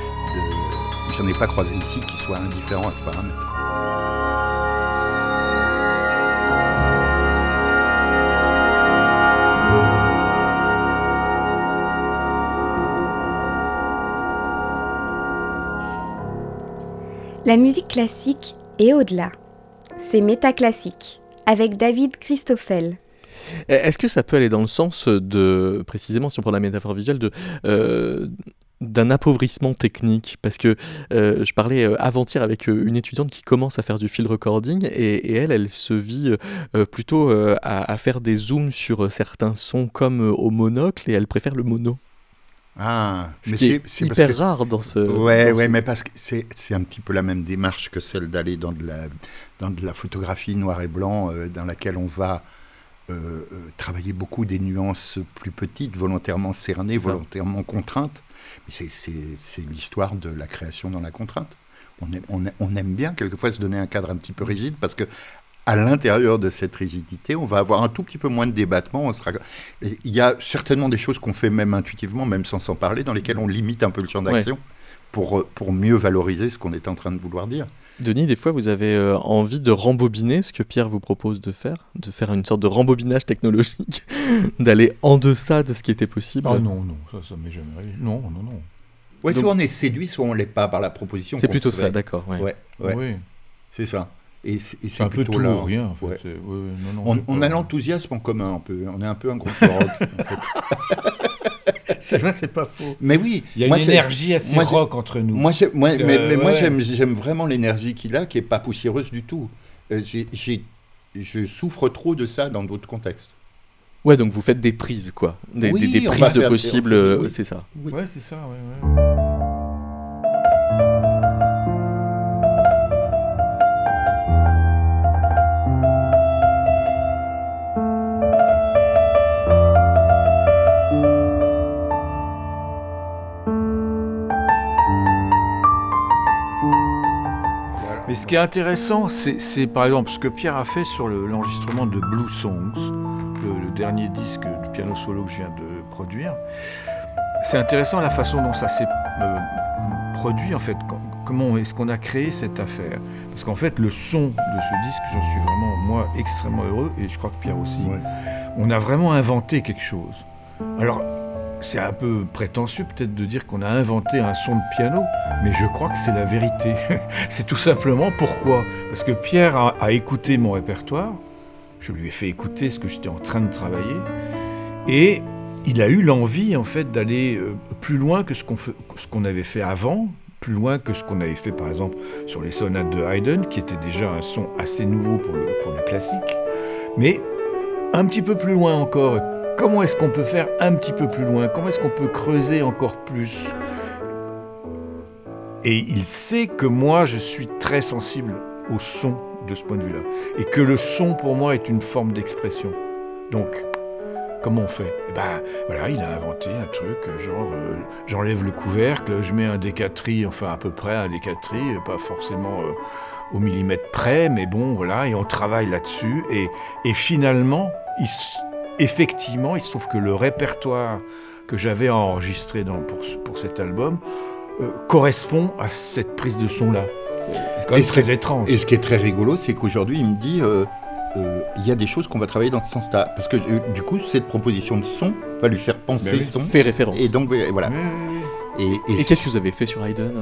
de... J'en ai pas croisé ici qui soit indifférent à ce paramètre. La musique classique est au-delà. C'est métaclassique, avec David Christoffel. Est-ce que ça peut aller dans le sens de, précisément si on prend la métaphore visuelle, de, euh, d'un appauvrissement technique? Parce que euh, je parlais euh, avant-hier avec euh, une étudiante qui commence à faire du field recording et, et elle, elle se vit euh, plutôt euh, à, à faire des zooms sur certains sons comme euh, au monocle et elle préfère le mono. Ah, Ce mais qui c'est, est c'est hyper parce que... rare dans ce... Ouais, dans ouais, ce- mais parce que c'est, c'est un petit peu la même démarche que celle d'aller dans de la, dans de la photographie noir et blanc, euh, dans laquelle on va euh, euh, travailler beaucoup des nuances plus petites, volontairement cernées, C'est ça. volontairement contraintes. Mais c'est, c'est, c'est l'histoire de la création dans la contrainte. On aime, on, a- on aime bien quelquefois se donner un cadre un petit peu rigide parce que à l'intérieur de cette rigidité, on va avoir un tout petit peu moins de débattement. On sera... Il y a certainement des choses qu'on fait même intuitivement, même sans s'en parler, dans lesquelles on limite un peu le champ d'action pour, euh, pour mieux valoriser ce qu'on est en train de vouloir dire. Denis, des fois, vous avez euh, envie de rembobiner ce que Pierre vous propose de faire, de faire une sorte de rembobinage technologique, d'aller en deçà de ce qui était possible. Ah non, non, ça, ça m'est jamais arrivé. Non, non, non. Ouais, Donc- soit on est séduit, soit on ne l'est pas par la proposition. C'est qu'on plutôt se ça, fait. d'accord. Ouais. Ouais, ouais, Oui. c'est ça. Et c'est, et c'est C'est un peu plutôt tout là. ou rien, en fait. Ouais. C'est- ouais, non, non, On, c'est on pas- a l'enthousiasme en commun un peu. On est un peu un groupe de rock, en fait. c'est vrai, c'est pas faux. Mais oui. Il y a moi, une j'ai- énergie assez moi, rock entre nous. Moi, j'ai- moi, Que, mais, mais moi ouais. j'aime, j'aime vraiment l'énergie qu'il a, qui est pas poussiéreuse du tout. Euh, j'ai, j'ai- je souffre trop de ça dans d'autres contextes. Ouais, donc vous faites des prises, quoi. Des, Oui, des- des on va prises de faire- possibles, on fait- euh, oui. c'est ça. Oui. Ouais, c'est ça, ouais, ouais. Mais ce qui est intéressant, c'est, c'est par exemple ce que Pierre a fait sur le- l'enregistrement de Blue Songs, le, le dernier disque de piano solo que je viens de produire. C'est intéressant la façon dont ça s'est euh, produit, en fait. Com- Comment est-ce qu'on a créé cette affaire? Parce qu'en fait, le son de ce disque, j'en suis vraiment, moi, extrêmement heureux, et je crois que Pierre aussi. Ouais. On a vraiment inventé quelque chose. Alors, c'est un peu prétentieux peut-être de dire qu'on a inventé un son de piano, mais je crois que c'est la vérité. C'est tout simplement pourquoi? Parce que Pierre a, a écouté mon répertoire, je lui ai fait écouter ce que j'étais en train de travailler, et il a eu l'envie en fait d'aller euh, plus loin que ce qu'on, fait- ce qu'on avait fait avant, plus loin que ce qu'on avait fait par exemple sur les sonates de Haydn, qui était déjà un son assez nouveau pour le, pour le classique, mais un petit peu plus loin encore. Comment est-ce qu'on peut faire un petit peu plus loin? Comment est-ce qu'on peut creuser encore plus? Et il sait que moi, je suis très sensible au son de ce point de vue-là. Et que le son, pour moi, est une forme d'expression. Donc, comment on fait? Eh ben, voilà, il a inventé un truc, genre, euh, j'enlève le couvercle, je mets un décatri, enfin à peu près un décatri, pas forcément euh, au millimètre près, mais bon, voilà, et on travaille là-dessus. Et, et finalement, il s- effectivement, il se trouve que le répertoire que j'avais enregistré dans, pour, ce- pour cet album euh, correspond à cette prise de son-là. C'est quand même Et ce très qui- étrange. Et ce qui est très rigolo, c'est qu'aujourd'hui, il me dit, euh, euh, il y a des choses qu'on va travailler dans ce sens-là. Parce que euh, du coup, cette proposition de son va lui faire penser Ben oui. son. Fait référence. Et donc, euh, voilà. Oui, oui, oui. Et, et Et qu'est-ce que vous avez fait sur Haydn?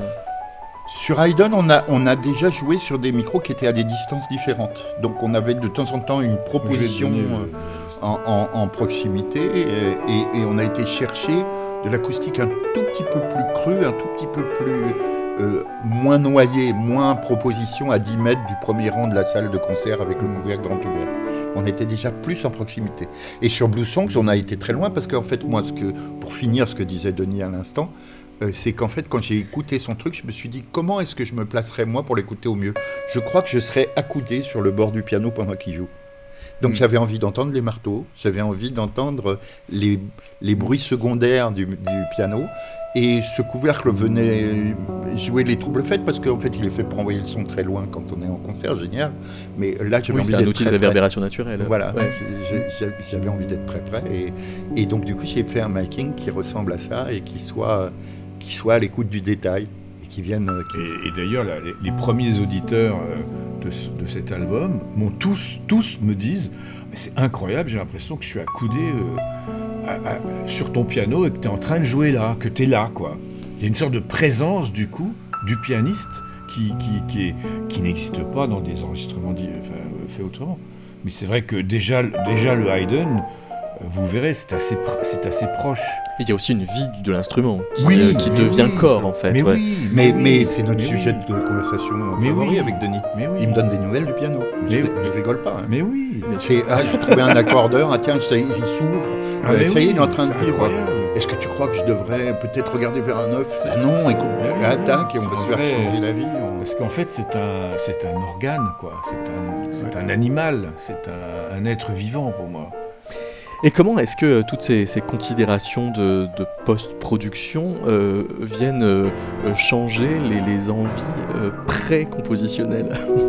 Sur Haydn, on a, on a déjà joué sur des micros qui étaient à des distances différentes. Donc, on avait de temps en temps une proposition Je vais te donner euh, le- en, en- en proximité et, et- et on a été chercher de l'acoustique un tout petit peu plus crue, un tout petit peu plus euh, moins noyé, moins proposition à dix mètres du premier rang de la salle de concert avec le couvercle grand ouvert. On était déjà plus en proximité. Et sur Blue Songs, on a été très loin parce qu'en fait, moi, ce que, pour finir ce que disait Denis à l'instant, euh, c'est qu'en fait, quand j'ai écouté son truc, je me suis dit, comment est-ce que je me placerais, moi, pour l'écouter au mieux? Je crois que je serais accoudé sur le bord du piano pendant qu'il joue. Donc Mm. j'avais envie d'entendre les marteaux, j'avais envie d'entendre les, les bruits secondaires du, du piano, et ce couvercle venait jouer les troubles faits, parce qu'en fait, il est fait pour envoyer le son très loin quand on est en concert, génial. Mais là, j'avais Oui, envie c'est un d'être outil de très près. réverbération naturelle. Voilà, Ouais. j'ai- j'ai- j'avais envie d'être très près. Et, et donc, du coup, j'ai fait un making qui ressemble à ça et qui soit, qui soit à l'écoute du détail. Et qui vienne. euh, qui- Et, et d'ailleurs, là, les, les premiers auditeurs euh, de, ce- de cet album m'ont tous, tous me disent, mais c'est incroyable, j'ai l'impression que je suis accoudé euh, à- à- sur ton piano et que tu es en train de jouer là, que tu es là, quoi. Il y a une sorte de présence, du coup, du pianiste qui, qui, qui, est- qui n'existe pas dans des enregistrements dits- enfin, euh, faits autrement. Mais c'est vrai que déjà, déjà le Haydn, euh, vous verrez, c'est assez, pr- c'est assez proche. Il y a aussi une vie de l'instrument qui, Oui, euh, qui mais devient oui. corps, en fait. Mais ouais. oui, Mais, oui, mais c'est notre mais sujet oui. de conversation Mais favori oui. avec Denis. Mais oui. Il me donne des nouvelles du piano. Je, Mais- je rigole pas. hein. Mais oui. C'est, ah, j'ai trouvé un accordeur, ah tiens, ça y est, il s'ouvre. Ah, Euh, mais ça y est, oui, il est en train de c'est vivre. incroyable. Est-ce que tu crois que je devrais peut-être regarder vers un neuf? C'est- Ah non, c'est- écoute, c'est- attaque et on va c'est se faire vrai. changer la vie. on- Parce qu'en fait, c'est un, c'est un organe, quoi. C'est un, c'est un animal, c'est un, un être vivant pour moi. Et comment est-ce que euh, toutes ces, ces considérations de, de post-production euh, viennent euh, euh, changer les, les envies euh, pré-compositionnelles?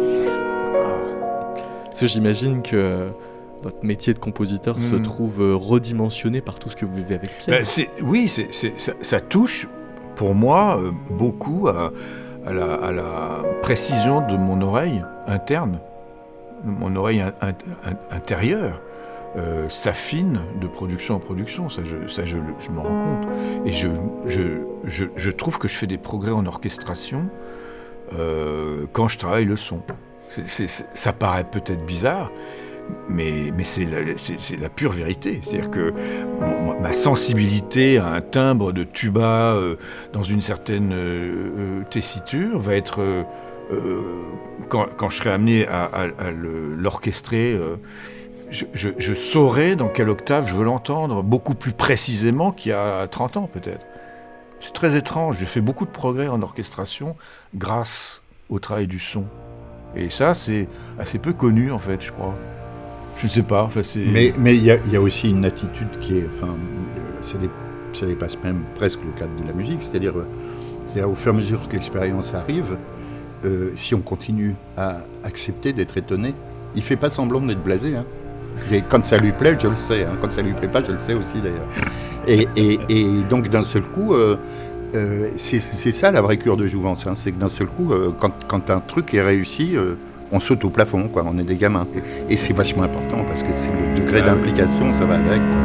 Parce que j'imagine que euh, votre métier de compositeur se Mm. trouve euh, redimensionné par tout ce que vous vivez avec Pierre. Ben, c'est, oui, c'est, c'est- ça, ça touche, pour moi, euh, beaucoup à, à la, à la précision de mon oreille interne, de mon oreille in- in- in- intérieure. Euh, s'affine de production en production, ça je, ça je, le- je m'en rends compte. Et je, je, je, je trouve que je fais des progrès en orchestration euh, quand je travaille le son. C'est, c'est- c'est- ça paraît peut-être bizarre, mais, mais c'est, la, c'est, c'est la pure vérité. C'est-à-dire que mon, ma sensibilité à un timbre de tuba euh, dans une certaine euh, tessiture va être, euh, euh, quand, quand je serai amené à, à, à le, l'orchestrer, euh, je, je, je saurai dans quelle octave je veux l'entendre, beaucoup plus précisément qu'il y a trente ans peut-être. C'est très étrange, j'ai fait beaucoup de progrès en orchestration grâce au travail du son. Et ça, c'est assez peu connu, en fait, je crois. Je ne sais pas. Enfin, c'est... Mais mais il y, y a aussi une attitude qui est... Enfin, ça, dé, ça dépasse même presque le cadre de la musique. C'est-à-dire, c'est au fur et à mesure que l'expérience arrive, euh, si on continue à accepter d'être étonné, il ne fait pas semblant d'être blasé. Hein. Et quand ça lui plaît, je le sais. Hein. Quand ça ne lui plaît pas, je le sais aussi, d'ailleurs. Et, et, et donc, d'un seul coup... Euh, Euh, c'est, c'est ça la vraie cure de jouvence, hein. C'est que d'un seul coup, euh, quand, quand un truc est réussi, euh, on saute au plafond, quoi. On est des gamins. Et c'est vachement important parce que c'est le degré d'implication, ça va avec, quoi.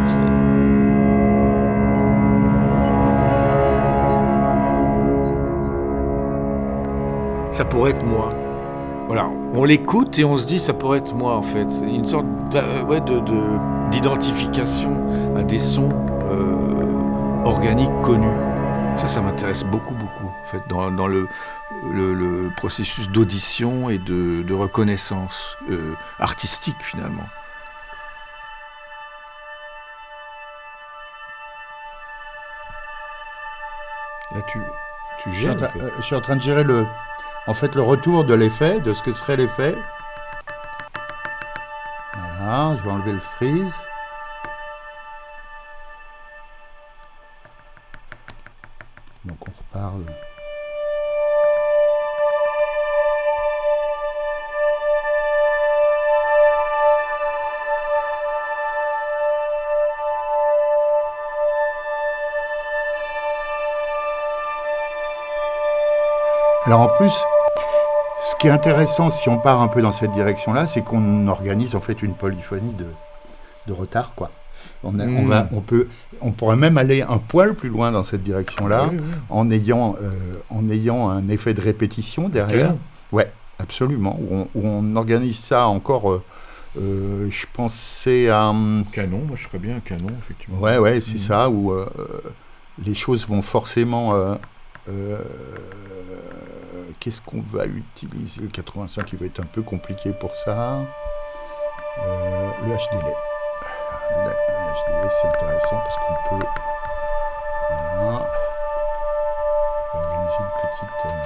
Ça pourrait être moi. Voilà, on l'écoute et on se dit ça pourrait être moi en fait. Une sorte ouais, de, de, d'identification à des sons euh, organiques connus. Ça, ça m'intéresse beaucoup, beaucoup, en fait, dans, dans le, le, le processus d'audition et de, de reconnaissance euh, artistique, finalement. Là, tu, tu gères, je, en fait. euh, je suis en train de gérer le, en fait, le retour de l'effet, de ce que serait l'effet. Voilà, je vais enlever le freeze. Donc on reparle. Alors en plus, ce qui est intéressant si on part un peu dans cette direction-là, c'est qu'on organise en fait une polyphonie de, de retard, quoi. On, a, mmh. on, va, on, peut, on pourrait même aller un poil plus loin dans cette direction-là, oui, oui. En, ayant, euh, en ayant un effet de répétition derrière. Okay. Ouais, absolument. Où on, où on organise ça encore. Euh, euh, je pensais à un canon. Moi, je ferais bien un canon, effectivement. Ouais, ouais, c'est mmh. ça. Où euh, les choses vont forcément. Euh, euh, qu'est-ce qu'on va utiliser ? Le quatre-vingt-cinq, qui va être un peu compliqué pour ça. Euh, le H D L. Le H D L, c'est intéressant parce qu'on peut voilà, organiser une petite. Euh,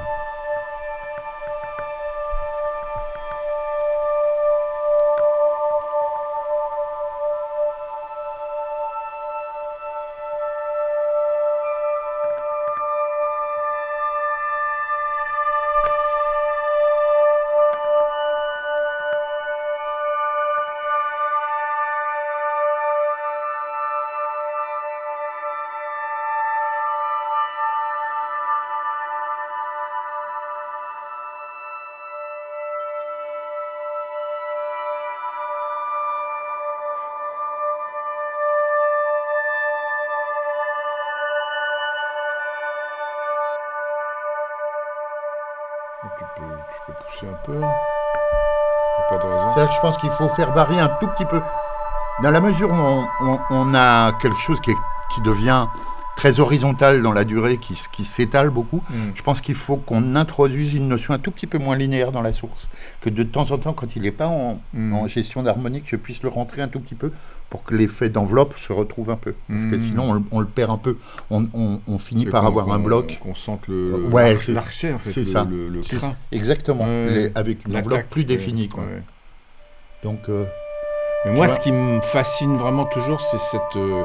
Tu peux, tu peux pousser un peu. Pas de raison. Ça, je pense qu'il faut faire varier un tout petit peu. Dans la mesure où on, on, on a quelque chose qui, est, qui devient très horizontal dans la durée, qui, qui s'étale beaucoup, mm. je pense qu'il faut qu'on introduise une notion un tout petit peu moins linéaire dans la source. Que de temps en temps, quand il n'est pas en, mm. en gestion d'harmonique, je puisse le rentrer un tout petit peu pour que l'effet d'enveloppe se retrouve un peu. Parce mm. que sinon, on, on le perd un peu. On, on, on finit par avoir un bloc. Qu'on sente le, le ouais, l'arche, l'archer, en fait. C'est le, ça. Le, le c'est crin. ça. Exactement. Ouais, Les, avec une enveloppe plus définie. Quoi. Ouais. Donc... Euh, Mais moi, ce qui me fascine vraiment toujours, c'est cette... Euh,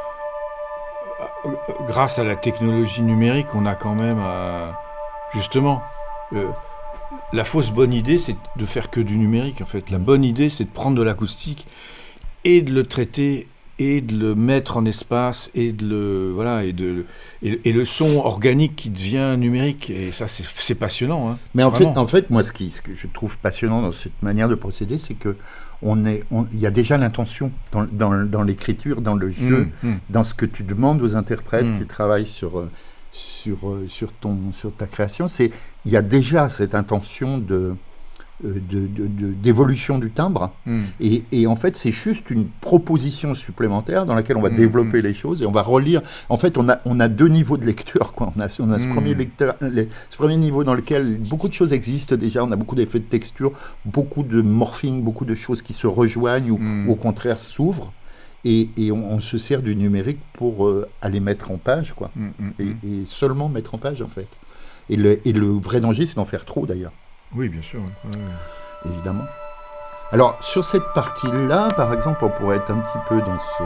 grâce à la technologie numérique, on a quand même... Euh, justement... Euh, la fausse bonne idée, c'est de faire que du numérique, en fait. La bonne idée, c'est de prendre de l'acoustique et de le traiter et de le mettre en espace et de le... Voilà, et, de, et, et le son organique qui devient numérique. Et ça, c'est, c'est passionnant. Hein, Mais en vraiment. fait, en fait, moi, ce, qui, ce que je trouve passionnant dans cette manière de procéder, c'est que on est, on, y a déjà l'intention dans, dans, dans l'écriture, dans le jeu, mmh, mmh. dans ce que tu demandes aux interprètes mmh. qui travaillent sur, sur, sur, ton, sur ta création. C'est, il y a déjà cette intention de, de, de, de, d'évolution du timbre. Mm. Et, et en fait, c'est juste une proposition supplémentaire dans laquelle on va mm. développer mm. les choses et on va relire. En fait, on a, on a deux niveaux de lecture, quoi. On a, on a ce, mm. premier lecteur, les, ce premier niveau dans lequel beaucoup de choses existent déjà. On a beaucoup d'effets de texture, beaucoup de morphing, beaucoup de choses qui se rejoignent ou, mm. ou au contraire s'ouvrent. Et, et on, on se sert du numérique pour euh, aller mettre en page, quoi. Mm. Et, et seulement mettre en page, en fait. Et le, et le vrai danger, c'est d'en faire trop, d'ailleurs. Oui, bien sûr. Ouais, ouais. Évidemment. Alors, sur cette partie-là, par exemple, on pourrait être un petit peu dans, ce,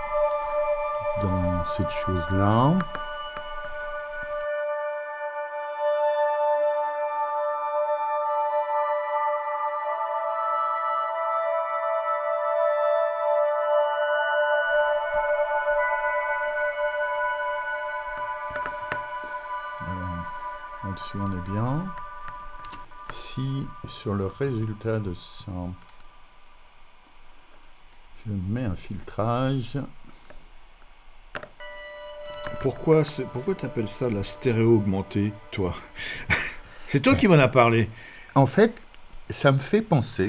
dans cette chose-là. Alors, là-dessus, on est bien. Si sur le résultat de ça, je mets un filtrage. Pourquoi pourquoi tu appelles ça la stéréo augmentée, toi? C'est toi qui m'en as parlé. En fait, ça me fait penser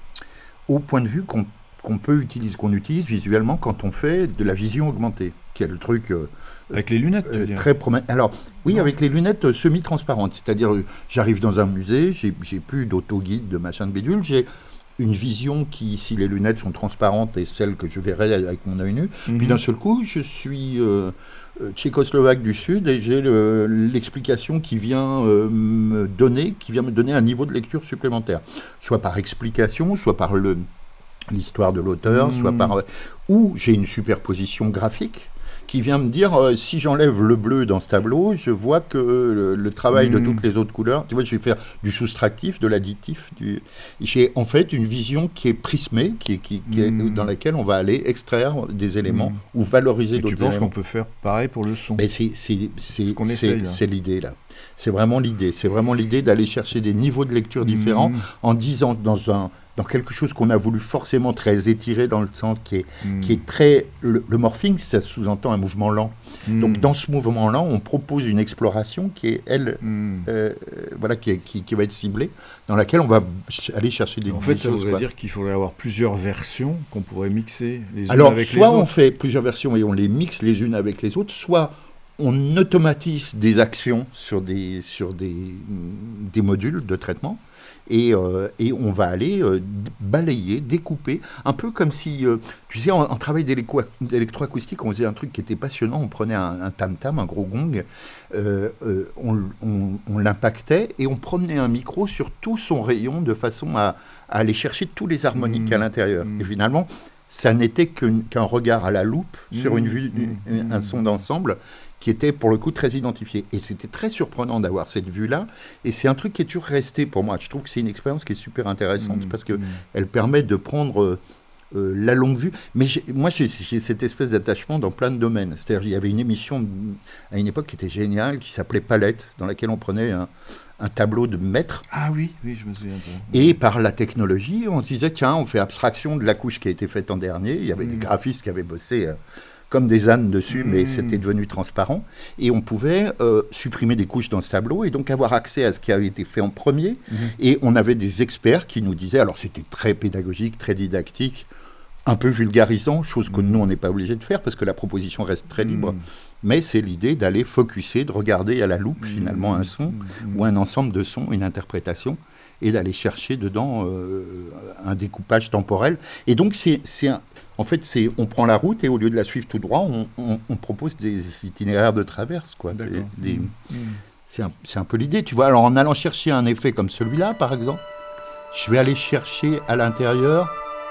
au point de vue qu'on qu'on peut utiliser, qu'on utilise visuellement quand on fait de la vision augmentée, qui est le truc euh, avec les lunettes, euh, très prometteur. Alors oui, non. Avec les lunettes euh, semi-transparentes, c'est-à-dire euh, j'arrive dans un musée, j'ai, j'ai plus d'auto-guide, de machin de bidule, j'ai une vision qui, si les lunettes sont transparentes, est celle que je verrai avec mon œil nu. Mm-hmm. Puis d'un seul coup, je suis euh, tchécoslovaque du Sud et j'ai le, l'explication qui vient euh, me donner, qui vient me donner un niveau de lecture supplémentaire, soit par explication, soit par le l'histoire de l'auteur, mmh. soit par... Ou j'ai une superposition graphique qui vient me dire, euh, si j'enlève le bleu dans ce tableau, je vois que le, le travail mmh. de toutes les autres couleurs, tu vois, je vais faire du soustractif, de l'additif. Du... J'ai en fait une vision qui est prismée, qui est, qui, qui est, mmh. dans laquelle on va aller extraire des éléments mmh. ou valoriser Et d'autres éléments. Tu penses éléments. qu'on peut faire pareil pour le son? Mais c'est, c'est, c'est, ce c'est, essaye, c'est l'idée, là. C'est vraiment l'idée. C'est vraiment l'idée d'aller chercher des niveaux de lecture différents mmh. en disant dans un... dans quelque chose qu'on a voulu forcément très étiré dans le centre, qui est, mmh. qui est très... Le, le morphing, ça sous-entend un mouvement lent. Mmh. Donc, dans ce mouvement lent, on propose une exploration qui est, elle, mmh. euh, voilà, qui, est, qui, qui va être ciblée, dans laquelle on va aller chercher des, en fait, des ça choses. voudrait quoi. dire qu'il faudrait avoir plusieurs versions qu'on pourrait mixer les unes Alors, avec soit les autres. on fait plusieurs versions et on les mixe les unes avec les autres, soit on automatise des actions sur des, sur des, des modules de traitement. Et, euh, et on va aller euh, balayer, découper, un peu comme si, euh, tu sais, en, en travail d'électro- d'électroacoustique, on faisait un truc qui était passionnant, on prenait un, un tam-tam, un gros gong, euh, euh, on, on, on l'impactait et on promenait un micro sur tout son rayon de façon à, à aller chercher tous les harmoniques mmh, à l'intérieur. Mmh. Et finalement, ça n'était qu'un, qu'un regard à la loupe mmh, sur une vue, mmh, une, un son d'ensemble qui était pour le coup très identifié. Et c'était très surprenant d'avoir cette vue-là. Et c'est un truc qui est toujours resté pour moi. Je trouve que c'est une expérience qui est super intéressante mmh, parce qu'elle mmh. permet de prendre euh, euh, la longue vue. Mais j'ai, moi, j'ai, j'ai cette espèce d'attachement dans plein de domaines. C'est-à-dire, il y avait une émission à une époque qui était géniale, qui s'appelait Palette, dans laquelle on prenait un, un tableau de maître. Ah oui, oui, je me souviens. Et par la technologie, on se disait, tiens, on fait abstraction de la couche qui a été faite en dernier. Il y avait mmh. des graphistes qui avaient bossé... Euh, comme des ânes dessus, mmh. mais c'était devenu transparent. Et on pouvait euh, supprimer des couches dans ce tableau et donc avoir accès à ce qui avait été fait en premier. Mmh. Et on avait des experts qui nous disaient, alors c'était très pédagogique, très didactique, un peu vulgarisant, chose que mmh. nous, on n'est pas obligé de faire parce que la proposition reste très libre. Mmh. Mais c'est l'idée d'aller focuser, de regarder à la loupe mmh. finalement un son mmh. ou un ensemble de sons, une interprétation, et d'aller chercher dedans euh, un découpage temporel. Et donc, c'est, c'est un... En fait, c'est, on prend la route et au lieu de la suivre tout droit, on, on, on propose des itinéraires de traverse, quoi. Des, des, mmh. c'est, un, c'est un peu l'idée, tu vois. Alors, en allant chercher un effet comme celui-là, par exemple, je vais aller chercher à l'intérieur,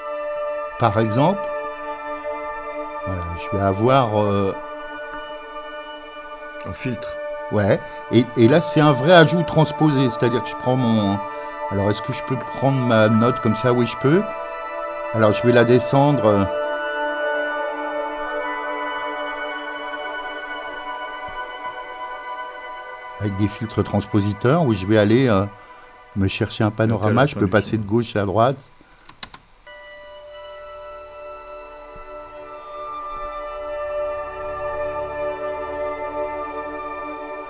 par exemple, voilà, je vais avoir... Euh, un filtre. Ouais, et, et là, c'est un vrai ajout transposé, c'est-à-dire que je prends mon... Alors, est-ce que je peux prendre ma note comme ça? Oui, je peux. Alors, je vais la descendre. Euh... avec des filtres transpositeurs, où je vais aller euh, me chercher un panorama. Je peux passer de gauche à droite.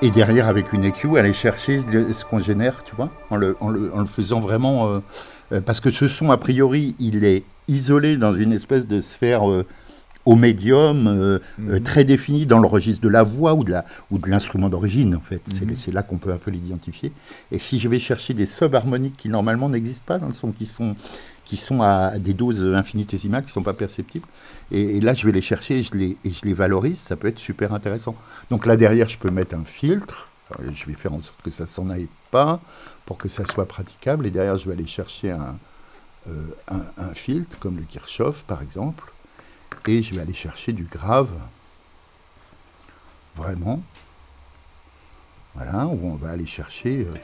et derrière, avec une E Q, aller chercher ce qu'on génère, tu vois, en le, en le, en le faisant vraiment... Euh, euh, parce que ce son, a priori, il est isolé dans une espèce de sphère euh, au médium, euh, mmh. euh, très définie dans le registre de la voix ou de, la, ou de l'instrument d'origine, en fait. Mmh. C'est, c'est là qu'on peut un peu l'identifier. Et si je vais chercher des sub-harmoniques qui, normalement, n'existent pas dans le son, qui sont... qui sont à des doses infinitésimales, qui ne sont pas perceptibles. Et, et là, je vais les chercher et je les, et je les valorise. Ça peut être super intéressant. Donc là, derrière, je peux mettre un filtre. Alors, je vais faire en sorte que ça ne s'en aille pas pour que ça soit praticable. Et derrière, je vais aller chercher un, euh, un, un filtre, comme le Kirchhoff, par exemple. Et je vais aller chercher du grave. Vraiment. Voilà, où on va aller chercher... Euh,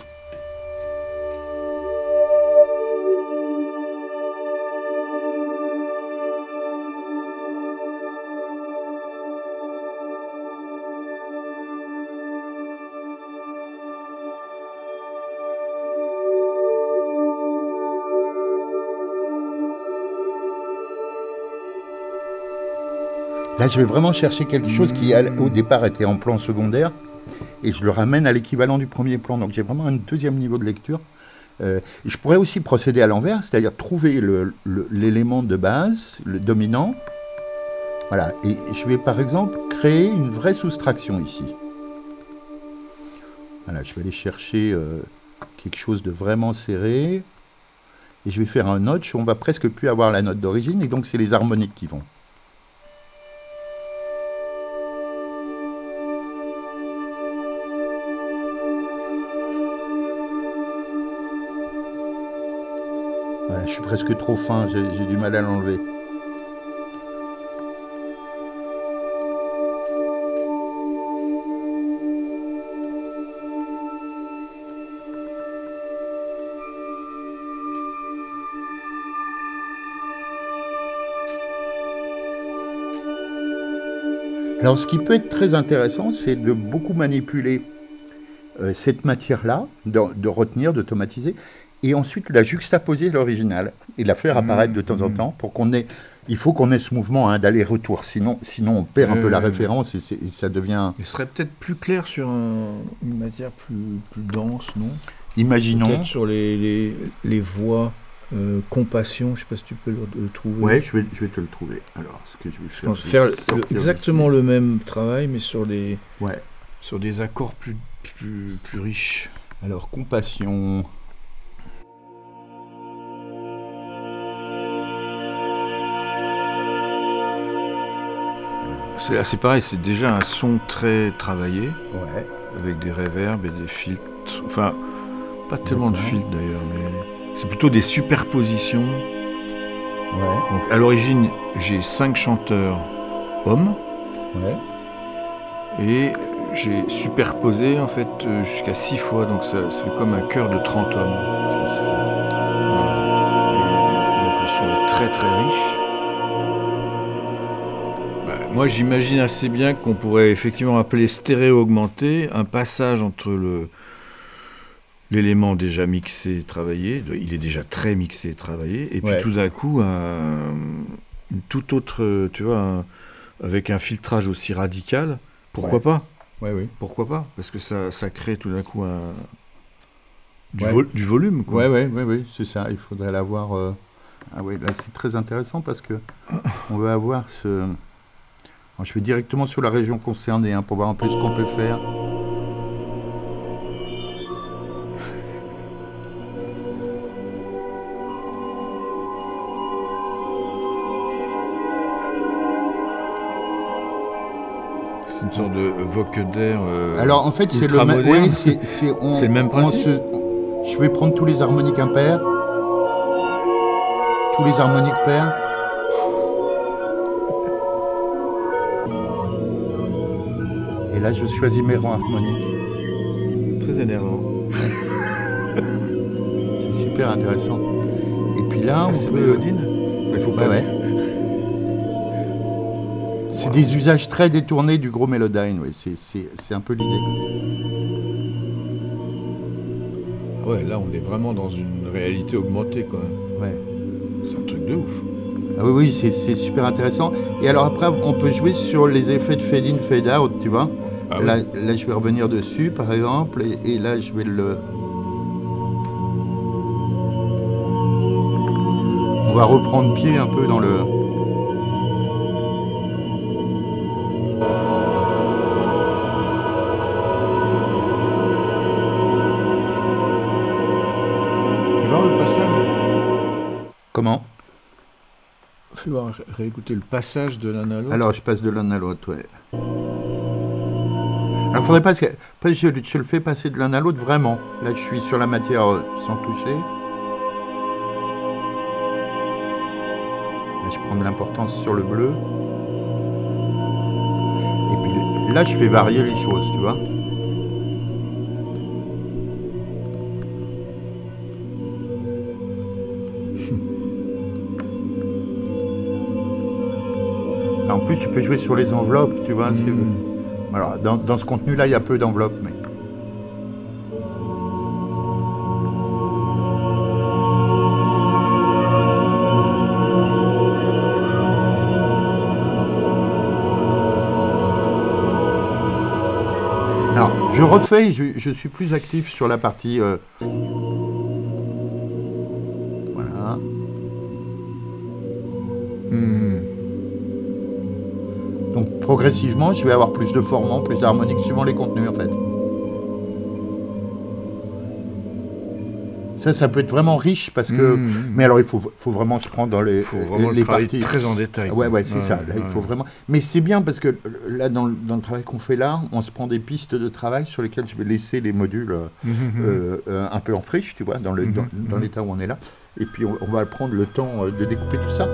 Là, je vais vraiment chercher quelque chose qui, au départ, était en plan secondaire, et je le ramène à l'équivalent du premier plan. Donc, j'ai vraiment un deuxième niveau de lecture. Euh, je pourrais aussi procéder à l'envers, c'est-à-dire trouver le, le, l'élément de base, le dominant. Voilà. Et je vais, par exemple, créer une vraie soustraction ici. Voilà, je vais aller chercher euh, quelque chose de vraiment serré. Et je vais faire un notch où on va presque plus avoir la note d'origine, et donc, c'est les harmoniques qui vont. Voilà, je suis presque trop fin, j'ai, j'ai du mal à l'enlever. Alors, ce qui peut être très intéressant, c'est de beaucoup manipuler euh, cette matière-là, de, de retenir, d'automatiser, et ensuite la juxtaposer à l'original et la faire apparaître mmh, de temps mmh. en temps pour qu'on ait... Il faut qu'on ait ce mouvement hein, d'aller-retour, sinon, sinon on perd euh, un peu la référence et, et ça devient... Il serait peut-être plus clair sur un, une matière plus, plus dense, non ? Imaginons... Peut-être sur les, les, les voix euh, compassion, je ne sais pas si tu peux le, le trouver. Ouais, je vais, je vais te le trouver. Alors, ce que je vais faire... Je faire le, exactement dessus. Le même travail, mais sur, les, ouais. sur des accords plus, plus, plus riches. Alors, compassion... C'est, là, c'est pareil, c'est déjà un son très travaillé, ouais. avec des réverbes et des filtres. Enfin, pas tellement D'accord. de filtres d'ailleurs, mais c'est plutôt des superpositions. Ouais. Donc à l'origine, j'ai cinq chanteurs hommes. Ouais. Et j'ai superposé en fait jusqu'à six fois, donc ça, ça fait comme un chœur de trente hommes. Et donc le son est très très riche. Moi, j'imagine assez bien qu'on pourrait effectivement appeler stéréo-augmenté un passage entre le, l'élément déjà mixé et travaillé, il est déjà très mixé et travaillé, et puis ouais. tout d'un coup, un, une toute autre, tu vois, un, avec un filtrage aussi radical, pourquoi ouais. pas ouais, oui. Pourquoi pas Parce que ça, ça crée tout d'un coup un, du, ouais. vo, du volume. Oui, oui, oui, ouais, c'est ça, il faudrait l'avoir... Euh... Ah oui, là, c'est très intéressant parce que on va avoir ce... Alors, je vais directement sur la région concernée hein, pour voir un peu ce qu'on peut faire. C'est une sorte de vocodère. Euh, Alors en fait, c'est le, ma- ouais, c'est, c'est, on, c'est le même principe. Se, on, je vais prendre tous les harmoniques impairs, tous les harmoniques pairs. Et là, je choisis mes rangs harmoniques. Très énervant. C'est super intéressant. Et puis là, ça, on c'est peut... mélodine. Il faut pas. Ouais, ouais. C'est wow. des usages très détournés du gros mélodyne. Ouais. C'est, c'est, c'est un peu l'idée. Ouais, là, on est vraiment dans une réalité augmentée, quoi. Ouais. C'est un truc de ouf. Ah oui, oui, c'est, c'est super intéressant. Et alors après, on peut jouer sur les effets de fade-in, fade-out, tu vois. Ah là, oui. là, je vais revenir dessus, par exemple, et, et là, je vais le... On va reprendre pied un peu dans le... Tu vas voir le passage? Comment? Fais voir, ré- réécouter le passage de l'un à l'autre. Alors, je passe de l'un à l'autre, ouais. Alors, faudrait pas que... pas- Je, je le fais passer de l'un à l'autre, vraiment. Là, je suis sur la matière euh, sans toucher. Là, je prends de l'importance sur le bleu. Et puis là, je fais varier les choses, tu vois. Là, en plus, tu peux jouer sur les enveloppes, tu vois. c'est- Mmh. Alors, dans, dans ce contenu-là, il y a peu d'enveloppes, mais... Alors, je refais, je, je suis plus actif sur la partie... euh, Voilà. Mmh. Donc, progressivement, je vais avoir plus de formants, plus d'harmoniques, suivant les contenus, en fait. Ça, ça peut être vraiment riche, parce que... Mmh. Mais alors, il faut, faut vraiment se prendre dans les, Il faut vraiment les le travailler parties... très en détail. Ouais, quoi. ouais, c'est ça. Là, il faut ouais. vraiment. Mais c'est bien parce que euh, là, dans le, dans le travail qu'on fait là, on se prend des pistes de travail sur lesquelles je vais laisser les modules euh, Mmh. euh, euh, un peu en friche, tu vois, dans le- Mhm, dans, dans mhm. l'état où on est là. Et puis, on, on va prendre le temps euh, de découper tout ça.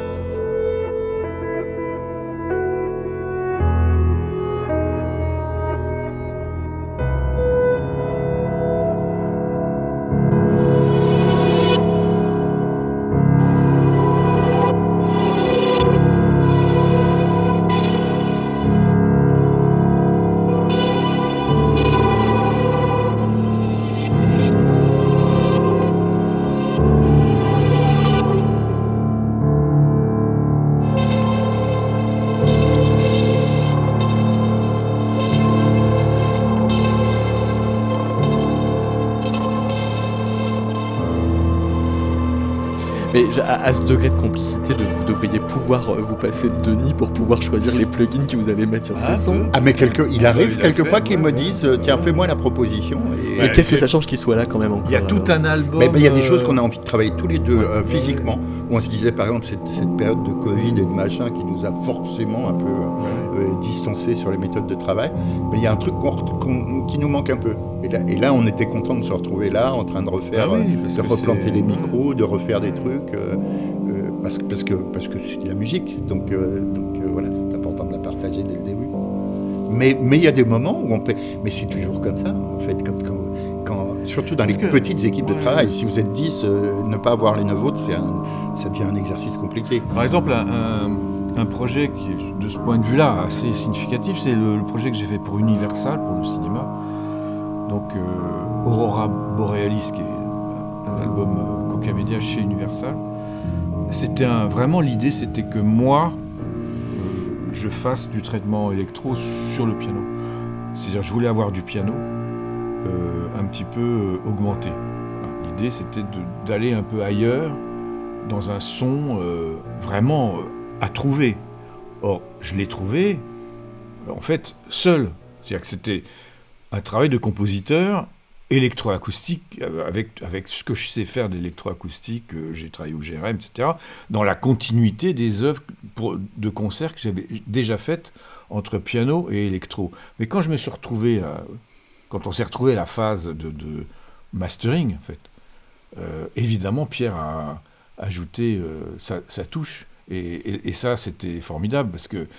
Mais je- à, à ce degré de complicité, de, vous devriez pouvoir euh, vous passer de Denis pour pouvoir choisir les plugins que vous allez mettre sur Ah, ces sons. peu. Ah, mais quelque, il Ah, arrive il a quelquefois fait, qu'ils ouais, me ouais, disent euh, ouais, tiens, ouais. fais-moi la proposition. Et, Et Ouais, qu'est-ce que il y a- ça change qu'il soit là quand même encore Il y a tout alors un album. Mais ben, il y a des choses euh, qu'on a envie de travailler tous les deux ouais, euh, ouais, physiquement, où on se disait par exemple cette, cette période de Covid et de machin qui nous a forcément un peu euh, ouais. euh, distancés sur les méthodes de travail, mais il y a un truc qu'on re- qu'on- qui nous manque un peu. Et là, et là, on était content de se retrouver là, en train de refaire, Ah oui, euh, parce de que replanter c'est- les micros, de refaire des trucs, euh, euh, parce, que- parce que parce que c'est de la musique, donc euh, donc euh, voilà, c'est important de la partager dès le début. Mais mais il y a des moments où on peut, mais c'est toujours comme ça en fait, quand, quand, quand- surtout dans les Parce que- petites équipes de ouais. travail. Si vous êtes dix, euh, ne pas avoir les neuf autres, c'est un, ça devient un exercice compliqué. Par exemple, un, un- un projet qui est de ce point de vue-là assez significatif, c'est le, le projet que j'ai fait pour Universal, pour le cinéma. Donc euh, Aurora Borealis, qui est un, un album euh, Coca Media chez Universal. C'était un, vraiment l'idée, c'était que moi, euh, je fasse du traitement électro sur le piano. C'est-à-dire, je voulais avoir du piano euh, un petit peu euh, augmenté. Voilà. L'idée, c'était de- d'aller un peu ailleurs, dans un son euh, vraiment euh, à trouver. Or, je l'ai trouvé, euh, en fait, seul. C'est-à-dire que c'était un travail de compositeur électroacoustique, euh, avec, avec ce que je sais faire d'électroacoustique, euh, j'ai travaillé au G R M, et cetera, dans la continuité des œuvres pour, de concert que j'avais déjà faites entre piano et électro. Mais quand je me suis retrouvé, à- quand on s'est retrouvé à la phase de, de mastering, en fait, euh, évidemment, Pierre a ajouté euh, sa, sa touche. Et, et- et ça, c'était formidable, parce que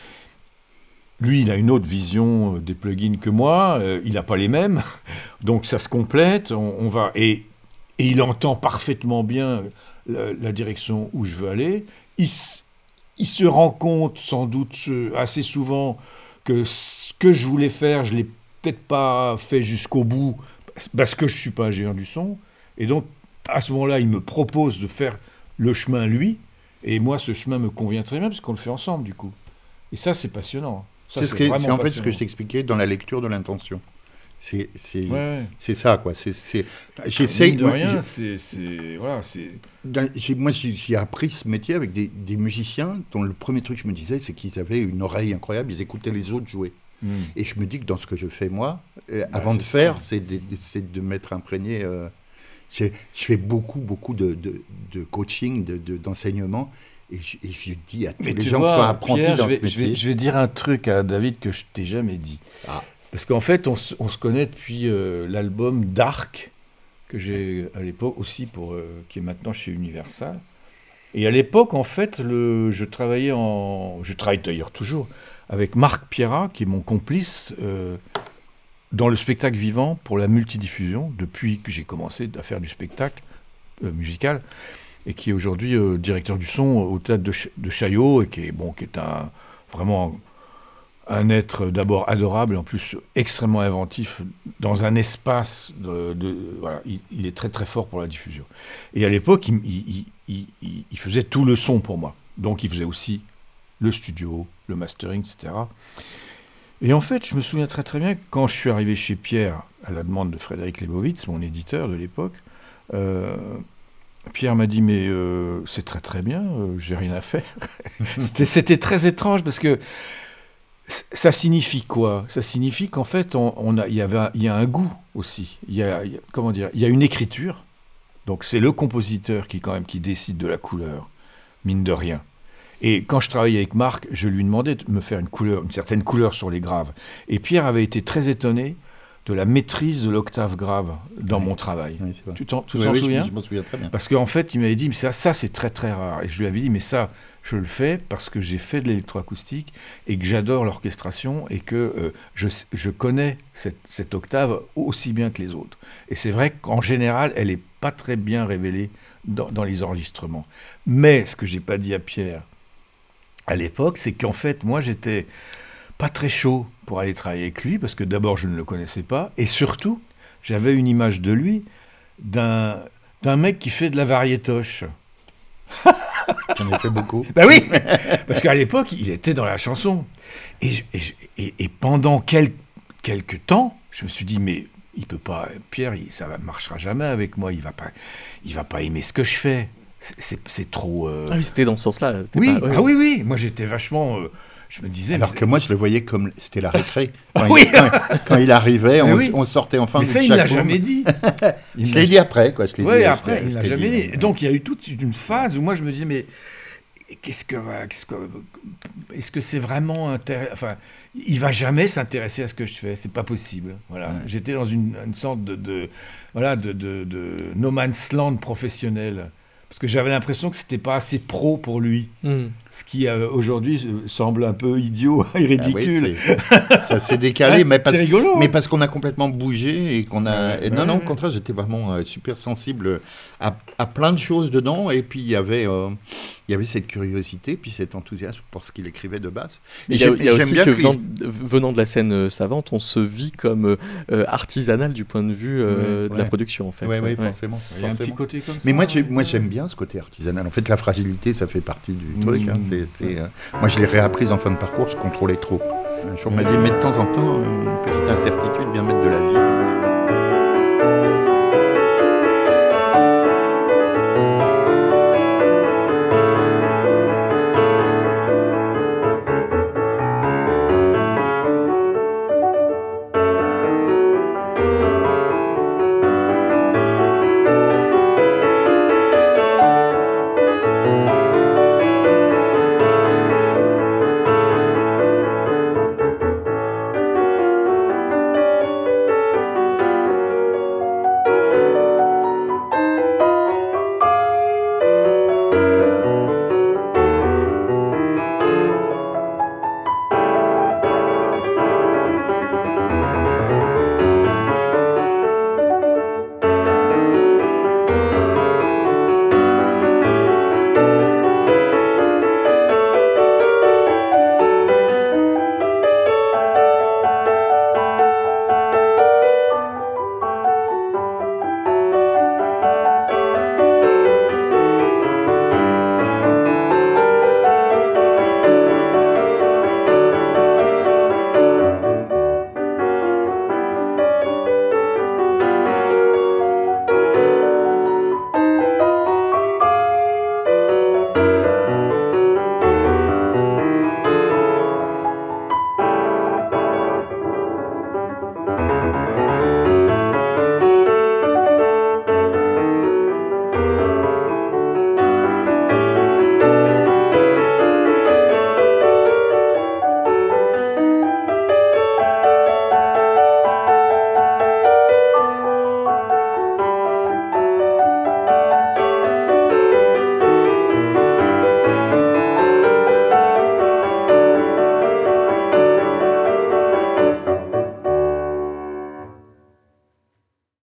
lui, il a une autre vision euh, des plugins que moi, euh, il n'a pas les mêmes, donc ça se complète, on, on va... Et, et il entend parfaitement bien la, la direction où je veux aller. Il, s- il se rend compte, sans doute, euh, assez souvent, que ce que je voulais faire, je ne l'ai peut-être pas fait jusqu'au bout, parce que je ne suis pas ingénieur du son. Et donc, à ce moment-là, il me propose de faire le chemin, lui, et moi, ce chemin me convient très bien, parce qu'on le fait ensemble, du coup. Et ça, c'est passionnant. C'est, ce que, c'est en fait ce que je t'expliquais dans la lecture de l'intention. C'est, c'est, ouais. c'est ça, quoi. C'est, c'est... J'essaie de rien, c'est, c'est, voilà, c'est... Dans, j'ai, moi, j'ai, j'ai appris ce métier avec des, des musiciens dont le premier truc que je me disais, c'est qu'ils avaient une oreille incroyable, ils écoutaient les autres jouer. Mm. Et je me dis que dans ce que je fais, moi, euh, bah, avant de faire, c'est de, c'est de m'être imprégné... Euh, je fais beaucoup, beaucoup de, de, de coaching, de, de, d'enseignement, et je, et je dis à tous Mais les gens vois, qui sont apprentis Pierre, dans je vais, ce métier... Je vais, je vais dire un truc à David que je t'ai jamais dit. Ah. Parce qu'en fait, on, on se connaît depuis euh, l'album Dark, que j'ai à l'époque aussi, pour, euh, qui est maintenant chez Universal. Et à l'époque, en fait, le, je travaillais en... Je travaille d'ailleurs toujours avec Marc Pierrat, qui est mon complice euh, dans le spectacle vivant pour la multidiffusion, depuis que j'ai commencé à faire du spectacle euh, musical, et qui est aujourd'hui euh, directeur du son au théâtre de, Ch- de Chaillot, et qui est, bon, qui est un, vraiment un être d'abord adorable, et en plus extrêmement inventif, dans un espace, de, de, voilà, il, il est très très fort pour la diffusion. Et à l'époque, il, il, il, il, il faisait tout le son pour moi. Donc il faisait aussi le studio, le mastering, et cetera. Et en fait, je me souviens très très bien, quand je suis arrivé chez Pierre, à la demande de Frédéric Lebowitz, mon éditeur de l'époque, euh, Pierre m'a dit, mais euh, c'est très très bien, euh, j'ai rien à faire. c'était, c'était très étrange, parce que ça signifie quoi ? Ça signifie qu'en fait, on, on a, il y avait, il y a un goût aussi. Il y a, il y a, comment dire ? Il y a une écriture. Donc c'est le compositeur qui quand même qui décide de la couleur, mine de rien. Et quand je travaillais avec Marc, je lui demandais de me faire une couleur, une certaine couleur sur les graves. Et Pierre avait été très étonné de la maîtrise de l'octave grave dans oui. mon travail. Oui, tu t'en, tu oui, t'en oui, souviens ? je, je m'en souviens très bien. Parce qu'en fait, il m'avait dit, mais ça, ça c'est très très rare. Et je lui avais dit, mais ça, je le fais parce que j'ai fait de l'électroacoustique et que j'adore l'orchestration et que euh, je, je connais cette, cette octave aussi bien que les autres. Et c'est vrai qu'en général, elle n'est pas très bien révélée dans, dans les enregistrements. Mais ce que je n'ai pas dit à Pierre à l'époque, c'est qu'en fait, moi, j'étais pas très chaud pour aller travailler avec lui, parce que d'abord, je ne le connaissais pas, et surtout, j'avais une image de lui d'un, d'un mec qui fait de la variétoche. J'en ai fait beaucoup. Ben oui, parce qu'à l'époque, il était dans la chanson. Et, je, et, et, et pendant quel, quelques temps, je me suis dit, mais il peut pas, Pierre, il, ça ne marchera jamais avec moi, il va pas, il va pas aimer ce que je fais. C'est, c'est, c'est trop... Euh... Ah oui, c'était dans ce sens-là. Oui, pas... ouais, ah oui, oui, moi j'étais vachement... Euh... Je me disais, alors mais... que moi, je le voyais comme c'était la récré. Quand, oui. il, quand, quand il arrivait, on, oui. on sortait enfin mais de ça, chaque il ne l'a room. jamais dit. Il je l'ai dit après, quoi. Je l'ai oui, dit, après, je il ne l'a jamais dit. dit. Donc, il y a eu toute une phase où moi, je me disais, mais qu'est-ce que, qu'est-ce que, est-ce que c'est vraiment intéressant ? Enfin, il va jamais s'intéresser à ce que je fais. C'est pas possible. Voilà. Ouais. J'étais dans une, une sorte de, de, voilà, de, de, de no man's land professionnel. Parce que j'avais l'impression que c'était pas assez pro pour lui. Mm. Ce qui, euh, aujourd'hui, euh, semble un peu idiot et ridicule. Ah oui, ça s'est décalé, ouais, mais, parce, c'est rigolo, mais hein. parce qu'on a complètement bougé et qu'on a... Ouais, et non, ouais, non, ouais. au contraire, j'étais vraiment euh, super sensible à, à plein de choses dedans. Et puis, il y avait, euh, il y avait cette curiosité, puis cet enthousiasme pour ce qu'il écrivait de base. Et il y a, il y a aussi que, venant, venant de la scène euh, savante, on se vit comme euh, artisanal du point de vue euh, ouais, de ouais. la production, en fait. Oui, ouais, ouais, forcément. Il y a un petit côté comme ça. Mais moi, j'ai, moi, j'aime bien ce côté artisanal. En fait, la fragilité, ça fait partie du mmh. truc. Hein. C'est, c'est, euh... Moi, je l'ai réapprise en fin de parcours, je contrôlais trop. Un jour, on m'a dit, mais de temps en temps, une petite incertitude vient mettre de la vie.